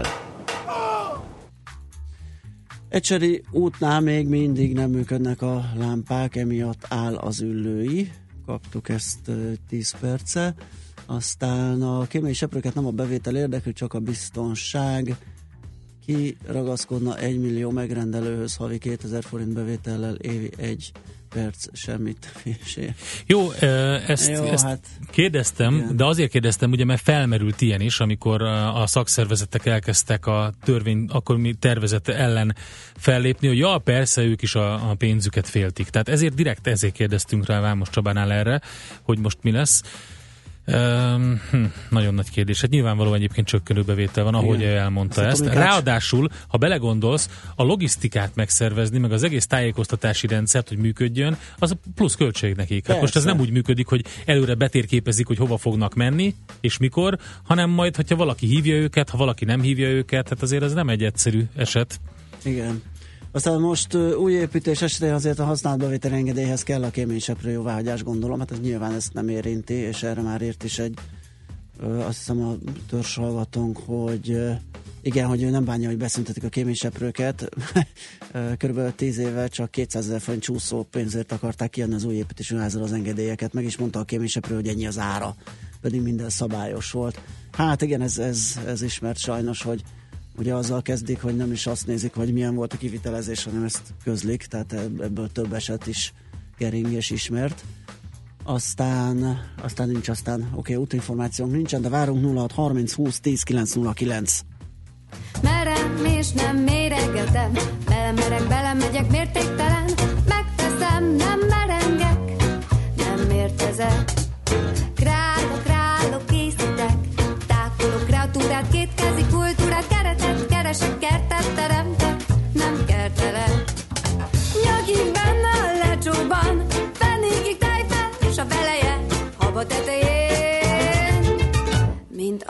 Ecseri útnál még mindig nem működnek a lámpák, emiatt áll az Üllői. Kaptuk ezt tíz perce. Aztán a kémiai seprőket nem a bevétel érdekli, csak a biztonság. Ki ragaszkodna egy millió megrendelőhöz havi kétezer forint bevétellel, évi egy perc, semmit fésé. Jó, ezt, Jó, ezt hát, kérdeztem, igen. De azért kérdeztem, ugye, mert felmerült ilyen is, amikor a szakszervezetek elkezdtek a törvény, akkor mi tervezete ellen fellépni, hogy ja, persze, ők is a, a pénzüket féltik. Tehát ezért direkt ezért kérdeztünk rá Vámos Csabánál erre, hogy most mi lesz. Um, hm, nagyon nagy kérdés. Hát nyilvánvalóan egyébként csökkenő bevétel van, ahogy igen. elmondta ezt. ezt. Ráadásul, ha belegondolsz, a logisztikát megszervezni, meg az egész tájékoztatási rendszert, hogy működjön, az plusz költség nekik. Hát most ez nem úgy működik, hogy előre betérképezik, hogy hova fognak menni, és mikor, hanem majd, hogyha valaki hívja őket, ha valaki nem hívja őket, hát azért ez nem egy egyszerű eset. Igen. Aztán most uh, új építés esetén azért a használt bevétel engedélyhez kell a kéményseprő jóváhagyás, gondolom, hát ez nyilván ezt nem érinti, és erre már írt is egy, uh, azt hiszem a törzshallgatónk, hogy uh, igen, hogy ő nem bánja, hogy beszüntetik a kéményseprőket. Körülbelül tíz éve csak kétszázezer forint csúszó pénzért akarták kiadni az új építésű házra az engedélyeket, meg is mondta a kéményseprő, hogy ennyi az ára, pedig minden szabályos volt. Hát igen, ez, ez, ez ismert sajnos, hogy ugye azzal kezdik, hogy nem is azt nézik, hogy milyen volt a kivitelezés, hanem ezt közlik, tehát ebből több eset is kering és ismert. Aztán, aztán nincs, aztán oké, okay, útinformációnk nincsen, de várunk nulla hat harminc húsz tíz kilenc nulla kilenc. Merem és nem méregetem, belemerek, belemegyek mértéktelen, megteszem, nem merengek, nem mértezek. Krá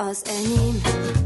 az enyém.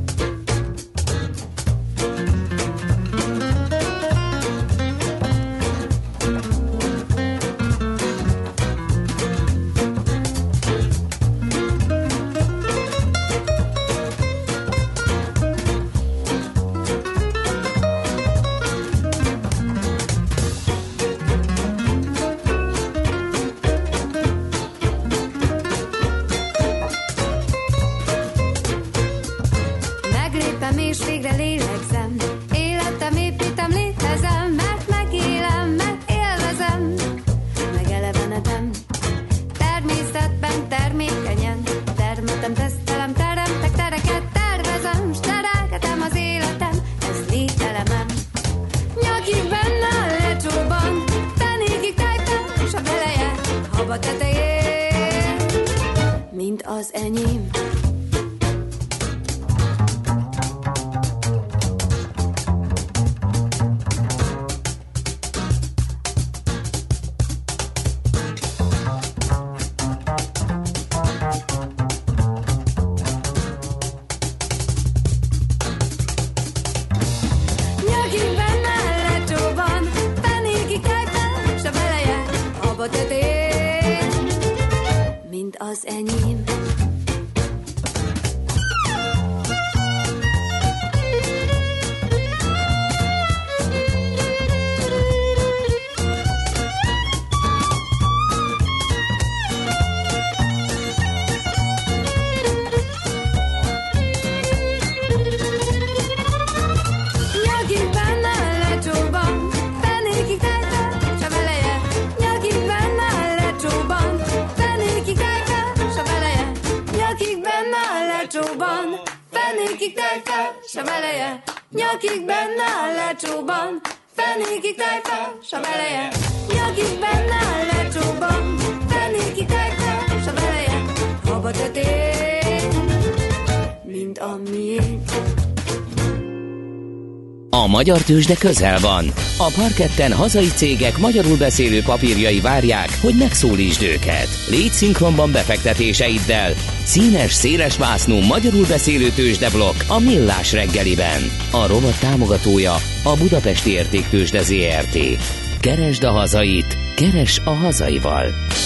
És végre lélegzem, életem építem, létezem, mert megélem, mert élvezem, megelevenedem. Természetben termékenyen, termetem, tesztelem, teremtek tereket, tervezem, s terelgetem az életem, ez lételemem. Nyakig benne a lecsóban, fenékig tejtem, s a beleje, haba tetején, mint az enyém. Mint az enyém. Fenékig tej fel, s a beleje, nyakig benne a lecsóban. Fenékig tej fel, s a beleje, nyakig benne a lecsóban. Fenékig tej fel, s a beleje, haba tetén, mint a miénk. A magyar tőzsde közel van. A parketten hazai cégek magyarul beszélő papírjai várják, hogy megszólítsd őket. Légy szinkronban befektetéseiddel. Színes, széles vásznú magyarul beszélő tőzsdeblokk a Millás reggeliben. A rovat támogatója a Budapesti Értéktőzsde zé er té. Keresd a hazait, keres a hazaival.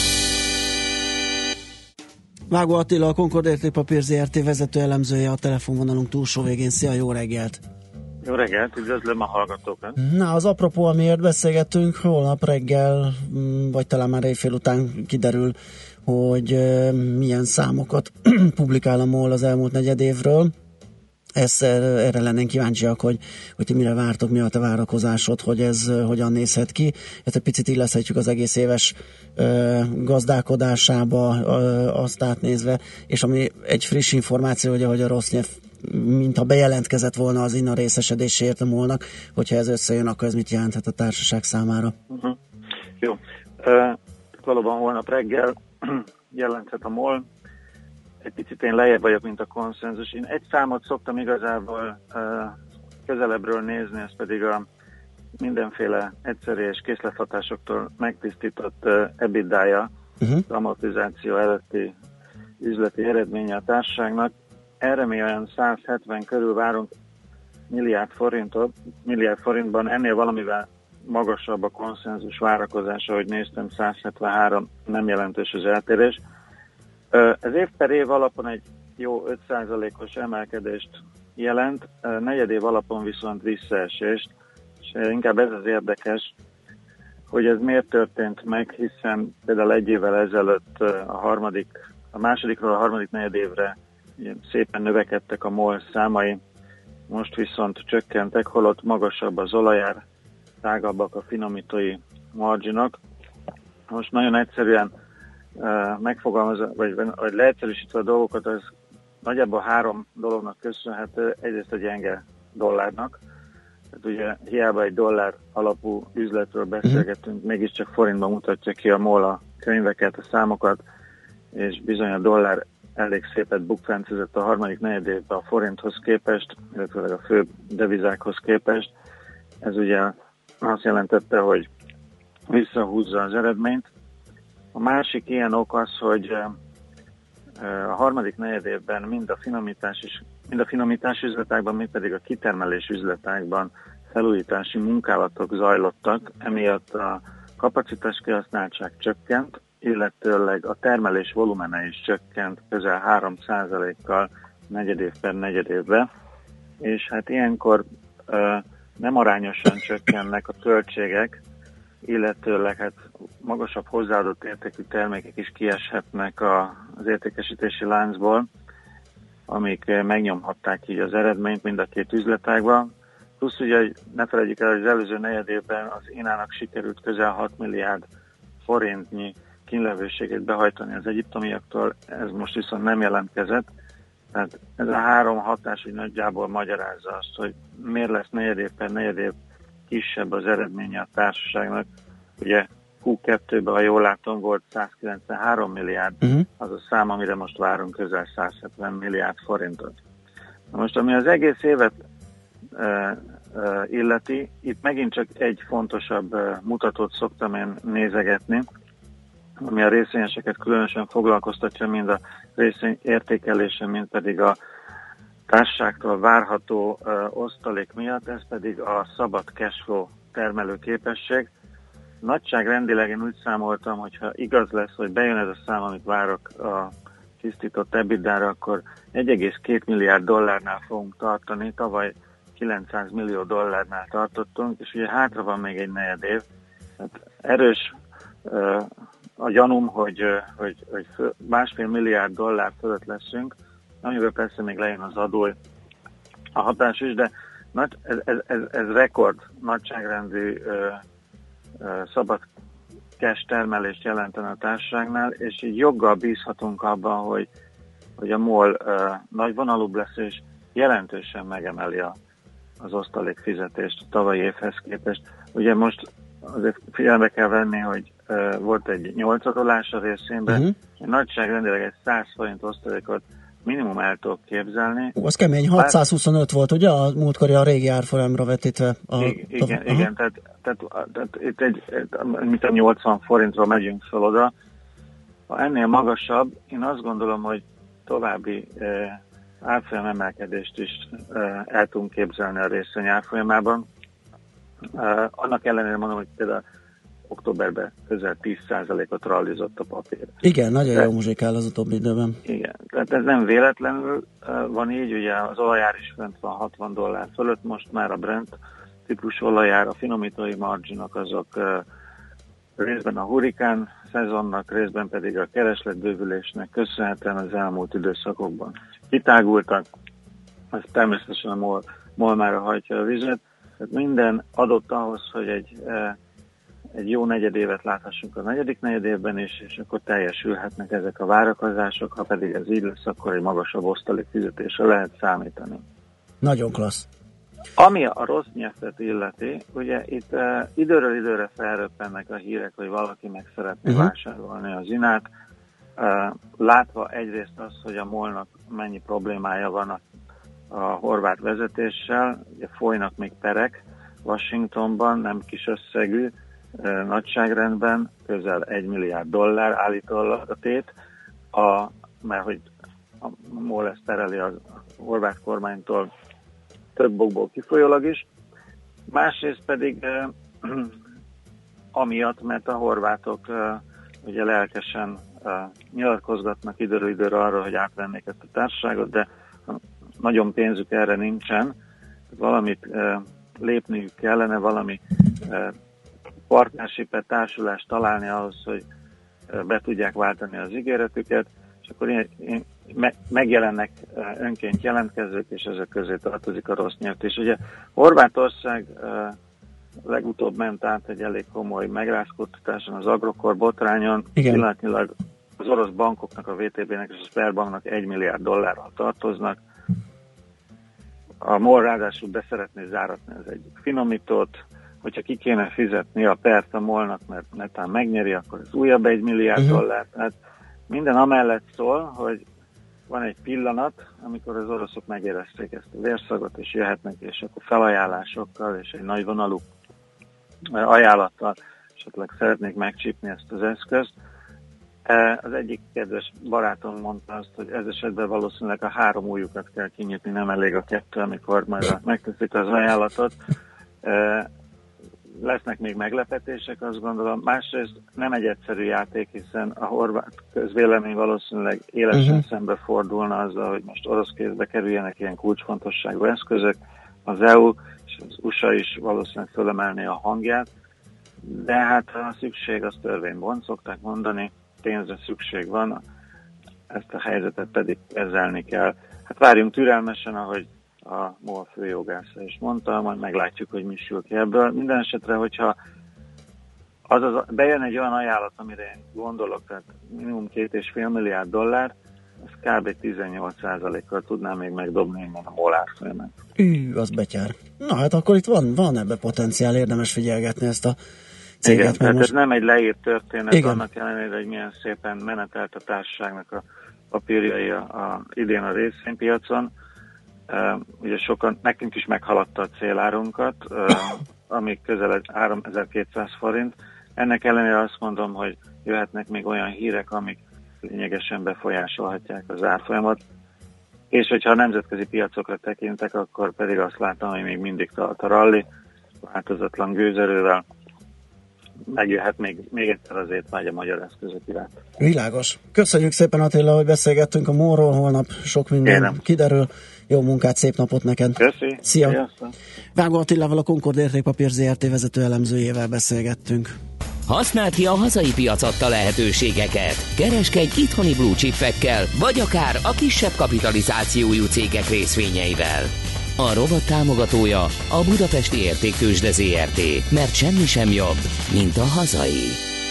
Vágó Attila, a Concord Értékpapír zé er té vezető elemzője a telefonvonalunk túlsó végén. Szia, jó reggelt! Jó reggelt, üdvözlöm a hallgatókat! Na, az apropó, amiért beszélgettünk, holnap reggel, vagy talán már éjfél után kiderül, hogy milyen számokat publikál a MOL az elmúlt negyed évről. Ezt, erre lennénk kíváncsiak, hogy, hogy ti mire vártok, mi a te várakozásod, hogy ez hogyan nézhet ki. Ezt egy picit illeszhetjük az egész éves ö, gazdálkodásába, ö, azt átnézve, és ami egy friss információ, hogy ahogy a Rosneft mintha bejelentkezett volna az inna részesedéséért a MOL-nak, hogyha ez összejön, akkor ez mit jelenthet a társaság számára? Uh-huh. Jó. Uh, valóban holnap reggel jelenthet a MOL. Egy picit én lejjebb vagyok, mint a konszenzus. Én egy számot szoktam igazából uh, közelebbről nézni, ez pedig a mindenféle egyszerű és készlethatásoktól megtisztított uh, EBITDA-ja, uh-huh. az amortizáció előtti üzleti eredménye a társaságnak. Erre mi olyan száz hetven körül várunk milliárd forintot, milliárd forintban, ennél valamivel magasabb a konszenzus várakozása, hogy néztem, száz hetvenhárom, nem jelentős az eltérés. Ez év per év alapon egy jó öt százalékos emelkedést jelent, negyed év alapon viszont visszaesést, és inkább ez az érdekes, hogy ez miért történt meg, hiszen például egy évvel ezelőtt a harmadik, a másodikról a harmadik negyed évre szépen növekedtek a MOL számai, most viszont csökkentek, holott magasabb az olajár, tágabbak a finomítói marginok. Most nagyon egyszerűen uh, megfogalmazva, vagy, vagy leegyszerűsítve a dolgokat, az nagyjából három dolognak köszönhető. Egyrészt a gyenge dollárnak. Tehát ugye hiába egy dollár alapú üzletről beszélgetünk, mégiscsak forintban mutatja ki a MOL a könyveket, a számokat, és bizony a dollár elég szépet bukfencezett a harmadik negyed évben a forinthoz képest, illetve a fő devizákhoz képest. Ez ugye azt jelentette, hogy visszahúzza az eredményt. A másik ilyen ok az, hogy a harmadik negyedévben mind a finomítás és mind a finomítás üzletágban, mind pedig a kitermelés üzletágban felújítási munkálatok zajlottak, emiatt a kapacitás kihasználtság csökkent, illetőleg a termelés volumene is csökkent közel három százalékkal negyedév per negyedévbe, és hát ilyenkor ö, nem arányosan csökkennek a költségek, illetőleg hát magasabb hozzáadott értékű termékek is kieshetnek a, az értékesítési láncból, amik megnyomhatták így az eredményt mind a két üzletágban. Plusz ugye ne felejtjük el, hogy az előző negyedévben az Inának sikerült közel hat milliárd forintnyi kínlevőséget behajtani az egyiptomiaktól, ez most viszont nem jelentkezett. Tehát ez a három hatás úgy nagyjából magyarázza azt, hogy miért lesz negyedév per negyedév kisebb az eredménye a társaságnak. Ugye Q kettőben, ha jól látom, volt százkilencvenhárom milliárd, uh-huh. az a szám, amire most várunk közel száz hetven milliárd forintot. Na most, ami az egész évet uh, uh, illeti, itt megint csak egy fontosabb uh, mutatót szoktam én nézegetni, ami a részvényeseket különösen foglalkoztatja, mind a részvény értékelése, mind pedig a társaságtól várható uh, osztalék miatt, ez pedig a szabad cashflow termelő képesség. Nagyságrendileg én úgy számoltam, hogyha igaz lesz, hogy bejön ez a szám, amit várok a tisztított EBITDA-ra, akkor egy egész két milliárd dollárnál fogunk tartani, tavaly kilencszáz millió dollárnál tartottunk, és ugye hátra van még egy negyed év. Hát erős uh, a gyanúm, hogy, uh, hogy, hogy másfél milliárd dollár fölött leszünk, amiből persze még lejön az adó a hatás is, de nagy, ez, ez, ez, ez rekord nagyságrendű uh, uh, szabad cash termelést jelentene a társaságnál, és így joggal bízhatunk abban, hogy, hogy a MOL uh, nagyvonalúbb lesz, és jelentősen megemeli a, az osztalék fizetést a tavalyi évhez képest. Ugye most azért figyelme kell venni, hogy uh, volt egy nyolcadolás a részénben, uh-huh. nagyságrendileg egy száz forint osztalékot minimum el tudok képzelni. Ó, az kemény, hatszázhuszonöt volt, ugye, a múltkori a régi árfolyamra vetítve. A, igen, igen, a, igen tehát, tehát, tehát itt egy, mint a nyolcvan forintról megyünk fel oda. Ha ennél magasabb, én azt gondolom, hogy további eh, árfolyam emelkedést is eh, el tudunk képzelni a részvény árfolyamában. Eh, annak ellenére mondom, hogy például októberben közel tíz százalékot rallizott a papír. Igen, nagyon jó muzsikál az utóbbi időben. Igen, tehát ez nem véletlenül uh, van így, ugye az olajár is fent van hatvan dollár fölött, most már a Brent típus olajár, a finomítói marginok azok uh, részben a hurrikán szezonnak, részben pedig a keresletbővülésnek köszönhetően az elmúlt időszakokban kitágultak, ez természetesen a MOL, MOL már hajtja a vizet, tehát minden adott ahhoz, hogy egy uh, egy jó negyedévet láthassunk a negyedik negyedévben is, és akkor teljesülhetnek ezek a várakozások, ha pedig ez így lesz, akkor egy magasabb osztalék fizetésre lehet számítani. Nagyon klassz. Ami a rossz nyelvet illeti, ugye itt uh, időről időre felröppennek a hírek, hogy valaki meg szeretné uh-huh. vásárolni az Inát, uh, látva egyrészt az, hogy a MOL-nak mennyi problémája van a, a horvát vezetéssel, ugye folynak még perek Washingtonban, nem kis összegű, nagyságrendben, közel egy milliárd dollár állítólag a tét, a, mert hogy a MOL ezt tereli a horvát kormánytól több okból kifolyólag is. Másrészt pedig eh, amiatt, mert a horvátok eh, ugye lelkesen eh, nyilatkozgatnak időről időre arra, hogy átvennék ezt a társaságot, de nagyon pénzük erre nincsen. Valamit eh, lépniük kellene, valami eh, partnershipet, társulást találni ahhoz, hogy be tudják váltani az ígéretüket, és akkor én, én, me, megjelennek önként jelentkezők, és ezek közé tartozik a rossz nyert. És ugye Horvátország uh, legutóbb ment át egy elég komoly megrázkódtatáson az Agrokor botrányon. Pillanatnyilag az orosz bankoknak, a vé té bé-nek és a Sberbanknak egy milliárd dollárral tartoznak. A MOL ráadásul beszeretné záratni az egyik finomítót, hogyha ki kéne fizetni a pert a MOL-nak, mert netán megnyeri, akkor ez újabb egy milliárd uh-huh. dollár. Tehát minden amellett szól, hogy van egy pillanat, amikor az oroszok megérezték ezt a vérszagot, és jöhetnek, és akkor felajánlásokkal, és egy nagyvonalú ajánlattal esetleg szeretnék megcsípni ezt az eszközt. Az egyik kedves barátom mondta azt, hogy ez esetben valószínűleg a három ujjukat kell kinyitni, nem elég a kettő, amikor majd megteszik az ajánlatot. Lesznek még meglepetések, azt gondolom. Másrészt nem egy egyszerű játék, hiszen a horvát közvélemény valószínűleg élesen uh-huh. szembe fordulna azzal, hogy most orosz kézbe kerüljenek ilyen kulcsfontosságú eszközök. Az é u és az u es á is valószínűleg fölemelné a hangját, de hát a szükség az törvénybont, szokták mondani, pénzre szükség van, ezt a helyzetet pedig kezelni kell. Hát várjunk türelmesen, ahogy a MOL főjogásza is mondta, majd meglátjuk, hogy mi sül ki ebből. Minden esetre, hogyha az az, bejön egy olyan ajánlat, amire én gondolok, tehát minimum két és fél milliárd dollár, az kb. tizennyolc százalékkal tudná még megdobni innen a MOL árfolyamát. Ű, az betyár. Na hát akkor itt van, van ebbe potenciál, érdemes figyelgetni ezt a céget. Igen, tehát most... ez nem egy leírt történet, igen. Annak ellenére, hogy milyen szépen menetelt a társaságnak a papírjai a, a, idén a részvénypiacon. Uh, ugye sokan, nekünk is meghaladta a célárunkat, uh, ami közel háromezer-kétszáz forint. Ennek ellenére azt mondom, hogy jöhetnek még olyan hírek, amik lényegesen befolyásolhatják az árfolyamat. És hogyha a nemzetközi piacokra tekintek, akkor pedig azt látom, hogy még mindig tart a ralli, változatlan gőzerővel. Megjöhet még, még egyszer az étvágy a magyar eszközök iránt. Világos. Köszönjük szépen, Attila, hogy beszélgettünk a MOL-ról, holnap sok minden Kérem. kiderül. Jó munkát, szép napot neked. Köszi. Szia. Sziasztok. Vágó Attilával, a Concord Értékpapír zé er té vezető elemzőjével beszélgettünk. Használd ki a hazai piac adta lehetőségeket. Kereskedj itthoni blue chipekkel, vagy akár a kisebb kapitalizációjú cégek részvényeivel. A robot támogatója a Budapesti Értéktőzsde zé er té, mert semmi sem jobb, mint a hazai.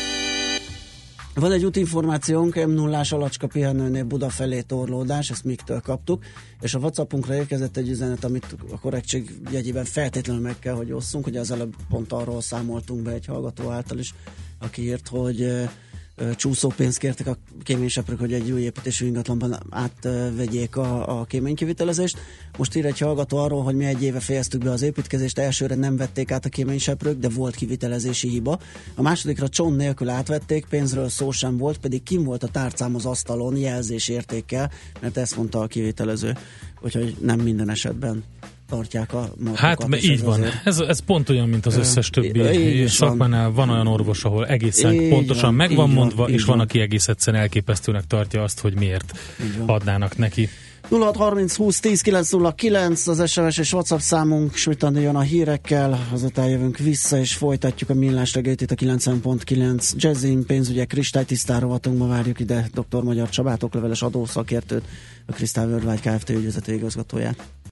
Van egy útinformációnk, em nullás Alacska pihenőnél Buda felé torlódás, ezt miktől kaptuk, és a WhatsAppunkra érkezett egy üzenet, amit a korrektség jegyében feltétlenül meg kell, hogy osszunk, hogy az előbb pont arról számoltunk be egy hallgató által is, aki írt, hogy csúszópénzt kértek a kéményseprők, hogy egy új építésű ingatlanban átvegyék a, a kéménykivitelezést. Most ír egy hallgató arról, hogy mi egy éve fejeztük be az építkezést, elsőre nem vették át a kéményseprők, de volt kivitelezési hiba. A másodikra csont nélkül átvették, pénzről szó sem volt, pedig kim volt a tárcám az asztalon jelzésértékkel, mert ezt mondta a kivitelező, úgyhogy nem minden esetben tartják a morgokat. Hát, mert így van. Ez, ez pont olyan, mint az összes többi szakmánál. Van olyan orvos, ahol egészen így pontosan van, meg van mondva, van, és van, van, aki egész egyszerűen elképesztőnek tartja azt, hogy miért adnának neki. nulla hat harminc húsz tíz kilenc nulla kilenc az es em es és WhatsApp számunk, Smitandi jön a hírekkel, azután jövünk vissza, és folytatjuk a millás reggelit itt a kilencven pont kilenc Jazzin, pénzügyek kristálytisztán rovatunkba várjuk ide dr. Magyar Csabát, okleveles adószakértőt, a Crystal Worldwide Kft. Ügyvezető igazgatóját.